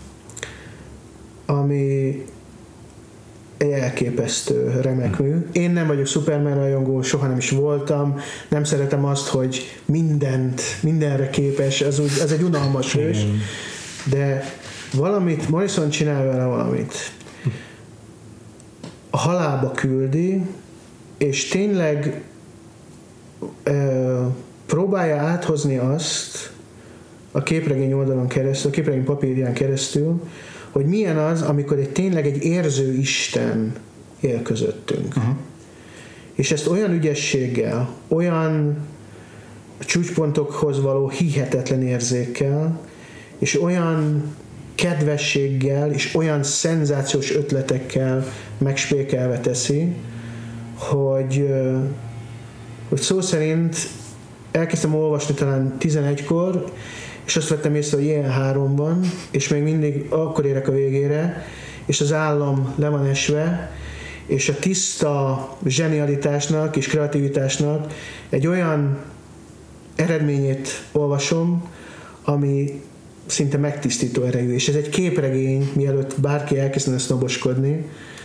ami egy elképesztő remek mű. Én nem vagyok Superman rajongó, soha nem is voltam, nem szeretem azt, hogy mindenre képes, ez egy unalmas hős, de Morrison csinál vele valamit. A halálba küldi, és tényleg próbálja áthozni azt a képregény oldalon keresztül, a képregény papírján keresztül, hogy milyen az, amikor tényleg egy érző Isten él közöttünk. És ezt olyan ügyességgel, olyan csúcspontokhoz való hihetetlen érzékkel, és olyan kedvességgel, és olyan szenzációs ötletekkel megspékelve teszi, hogy szó szerint elkezdtem olvasni talán 11-kor, és azt vettem észre, hogy ilyen 3 van, és még mindig akkor érek a végére, és az állam le van esve, és a tiszta zsenialitásnak és kreativitásnak egy olyan eredményét olvasom, ami szinte megtisztító erejű, és ez egy képregény, mielőtt bárki elkezdene sznoboskodni,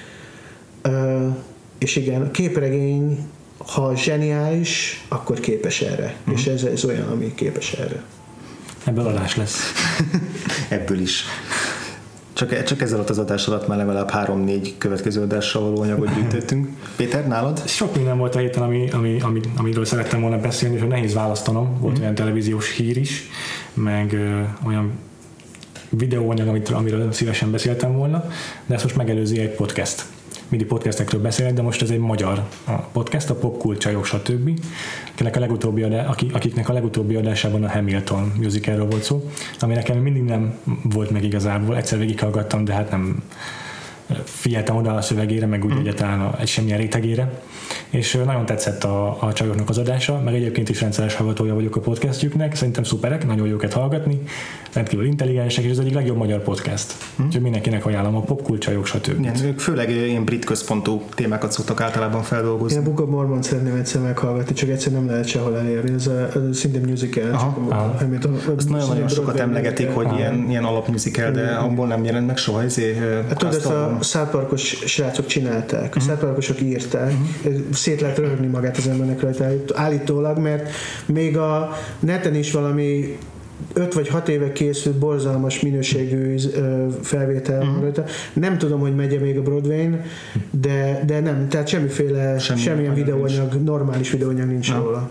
és igen, a képregény, ha zseniális, akkor képes erre, és ez olyan, ami képes erre. Ebből adás lesz. Ebből is. Csak ezzel az adás alatt már legalább 3-4 következő adással való anyagot gyűjtöttünk. Péter, nálad? Sok minden volt a héten, amiről szerettem volna beszélni, és nehéz választanom. Volt olyan televíziós hír is, meg olyan videóanyag, amiről szívesen beszéltem volna, de ezt most megelőzi egy podcast. Mindig podcastekről beszélek, de most ez egy magyar podcast, a Popkult, Csajok, stb. Akiknek a legutóbbi adásában a Hamilton musicalről volt szó, ami nekem mindig nem volt meg igazából. Egyszer végighallgattam, de hát nem figyeltem oda a szövegére, meg úgy egyáltalán egy semmilyen rétegére. és nagyon tetszett a csajoknak az adása, meg egyébként is rendszeres hallgatója vagyok a podcastjüknek, szerintem szuperek, nagyon jó őket hallgatni, rendkívül intelligensek, és ez egyik legjobb magyar podcast. Úgyhogy mindenkinek ajánlom a popkulcsajok, stb. Igen, ők főleg ilyen brit központú témákat szoktak általában feldolgozni. Én a Book of Mormon szeretném egyszer meghallgatni, csak egyszer nem lehet sehol elérni, ez szinte musical. Azt nagyon sokat emlegetik, hogy ilyen alapmusical, de abból nem jelent meg soha. Tudod, ezt a South Parkos srácok csinálták, a South Parkosok írták, szét lehet röhögni magát az embernek rajta állítólag, mert még a neten is valami 5 vagy 6 éve készült borzalmas minőségű felvétel rajta. Nem tudom, hogy megy még a Broadway-n, de nem, tehát semmilyen videóanyag, normális videóanyag nincs róla.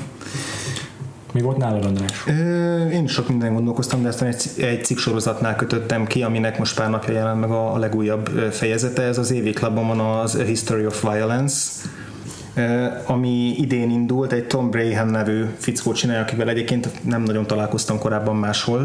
Mi volt nálad, András? Én sok minden gondolkoztam, de aztán egy cikksorozatnál kötöttem ki, aminek most pár napja jelent meg a legújabb fejezete. Ez az AV Clubon az A History of Violence, ami idén indult, egy Tom Brahan nevű fickó csinálja, akivel egyébként nem nagyon találkoztam korábban máshol.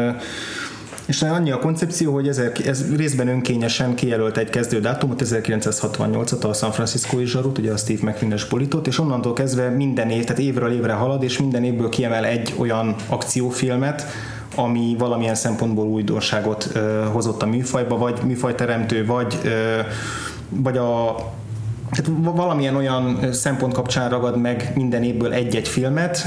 És annyi a koncepció, hogy ez részben önkényesen kijelölt egy kezdődátumot, 1968-at a San Francisco-i zsarút, ugye a Steve McQueen-es politot, és onnantól kezdve minden év, tehát évről évre halad, és minden évből kiemel egy olyan akciófilmet, ami valamilyen szempontból újdonságot hozott a műfajba, vagy műfajteremtő, vagy tehát valamilyen olyan szempont kapcsán ragad meg minden évből egy-egy filmet,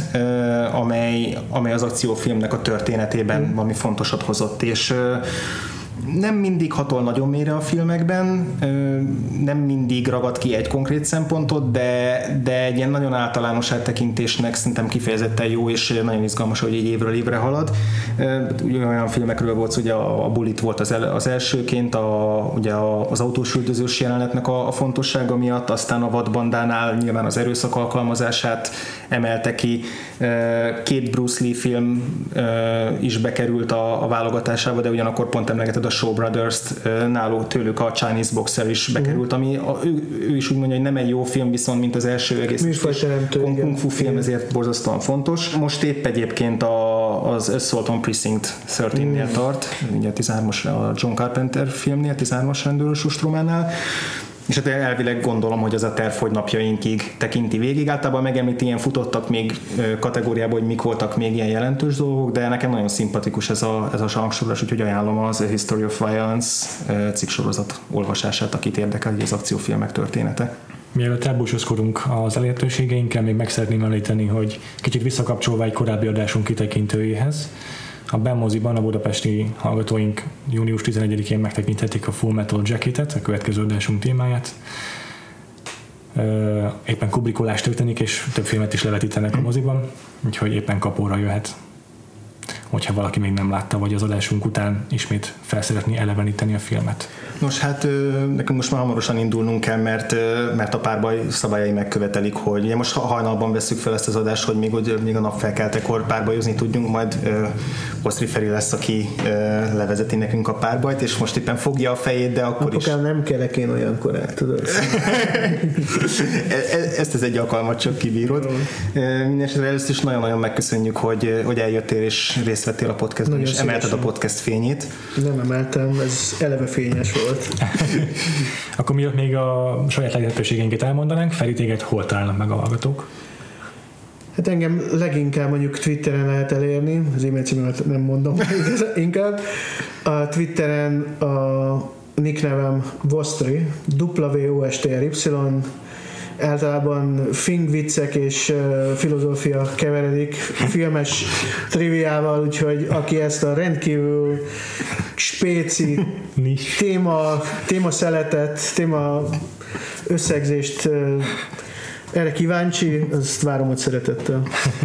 amely az akciófilmnek a történetében valami fontosat hozott, és nem mindig hatol nagyon mélyre a filmekben, nem mindig ragad ki egy konkrét szempontot, de egy ilyen nagyon általános áttekintésnek szerintem kifejezetten jó, és nagyon izgalmas, hogy egy évről évre halad. Olyan filmekről volt, ugye a Bullet volt az elsőként, ugye az autós üldözős jelenetnek a fontossága miatt, aztán a Vadbandánál nyilván az erőszak alkalmazását emelte ki. 2 Bruce Lee film is bekerült a válogatásába, de ugyanakkor pont emlegeted a Shaw Brothers-t, tőlük a Chinese Boxer is bekerült, ami ő is úgy mondja, hogy nem egy jó film, viszont mint az első egész kung fu film, ezért borzasztóan fontos. Most épp egyébként az Assault on Precinct 13-nél tart, ugye a 13-as, a John Carpenter filmnél, 13-as rendőrös ostrománál, és hát elvileg gondolom, hogy az a terv, hogy napjainkig tekinti végig. Általában megemlíti, ilyen futottak még kategóriában, hogy mik voltak még ilyen jelentős dolgok, de nekem nagyon szimpatikus ez a zsangsorolás, úgyhogy ajánlom az A History of Violence cikksorozat olvasását, akit érdekel, hogy az akciófilmek története. Mielőtt elbúcsúzkodunk az elérhetőségeinkkel, még meg szeretném említeni, hogy kicsit visszakapcsolva egy korábbi adásunk kitekintőjéhez, a Benmoziban a budapesti hallgatóink június 11-én megtekinthetik a Full Metal Jacketet, a következő adásunk témáját. Éppen kubrikolás történik, és több filmet is levetítenek a moziban, úgyhogy éppen kapóra jöhet, hogyha valaki még nem látta, vagy az adásunk után ismét felszeretné eleveníteni a filmet. Nos, hát nekünk most már hamarosan indulnunk kell, mert a párbaj szabályai megkövetelik, hogy ugye most hajnalban vesszük fel ezt az adást, hogy még a nap felkeltekor párbajozni tudjunk, majd Osztri Feri lesz, aki levezeti nekünk a párbajt, és most éppen fogja a fejét, de akkor is... Apukám, nem kelek én olyan korán, tudod? Ezt az egy alkalmat csak kibírod. Mindenesetre először is nagyon-nagyon megköszönjük, hogy eljöttél és részt vettél a podcastban, és emelted a podcast fényét. Nem emeltem, ez eleve fényes volt. Akkor miatt még a saját lehetőségeinket elmondanánk, Feri, téged hol találnak meg a hallgatók? Hát engem leginkább mondjuk Twitteren lehet elérni, az e-mail címemet nem mondom inkább. A Twitteren a nick nevem Vostry, WOSTRY, általában viccek és filozófia keveredik filmes triviával, úgyhogy aki ezt a rendkívül spéci téma szeletet, téma összegzést erre kíváncsi, azt várom, hogy szeretettel.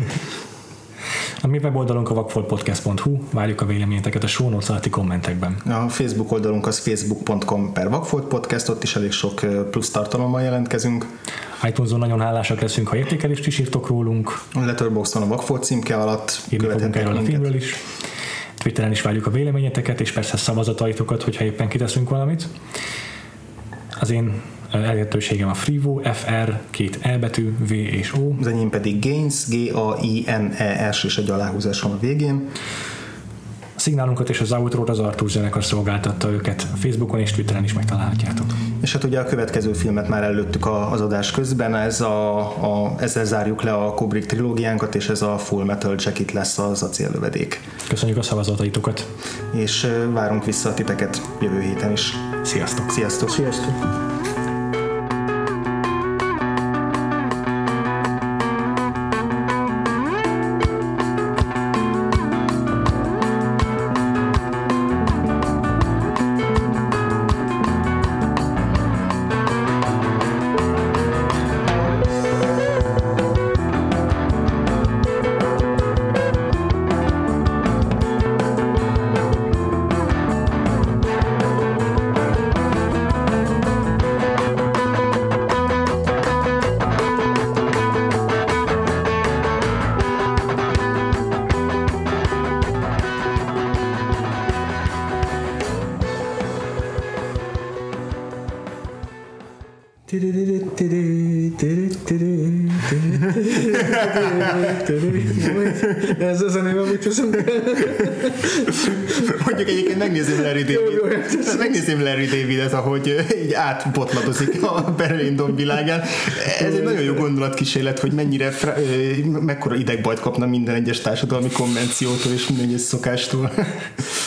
A mi weboldalunk a vakfoltpodcast.hu, várjuk a véleményeteket a show notes alatti kommentekben. A Facebook oldalunk az facebook.com/vakfoltpodcast, ott is elég sok plusz tartalommal jelentkezünk. iTunes-on nagyon hálásak leszünk, ha értékelést is írtok rólunk. A Letterboxdon a Vakfolt címke alatt írni fogunk erről a filmről is. Twitteren is várjuk a véleményeteket, és persze szavazataitokat, hogyha éppen kiteszünk valamit. Az én elérhetőségem a Freevo, FR, 2 E betű, V és O. Az enyém pedig Gaines, Gaines és egy aláhúzás van a végén. szignálunkat és az outrót az Artus zenekar szolgáltatta, őket Facebookon és Twitteren is megtalálhatjátok. És hát ugye a következő filmet már előttük az adás közben, ezzel zárjuk le a Kubrick trilógiánkat, és ez a Full Metal Jacket lesz az acéllövedék. Köszönjük a szavazataitokat. És várunk vissza titeket jövő héten is. Sziasztok! Sziasztok! Sziasztok! Ez az a neve, amit teszem. Mondjuk egyébként megnézném Larry Davidet, ahogy így átbotladozik a Berlin-Dom világán. Ez egy nagyon jó gondolatkísérlet, hogy mekkora idegbajt kapna minden egyes társadalmi konvenciótól és minden egyes szokástól.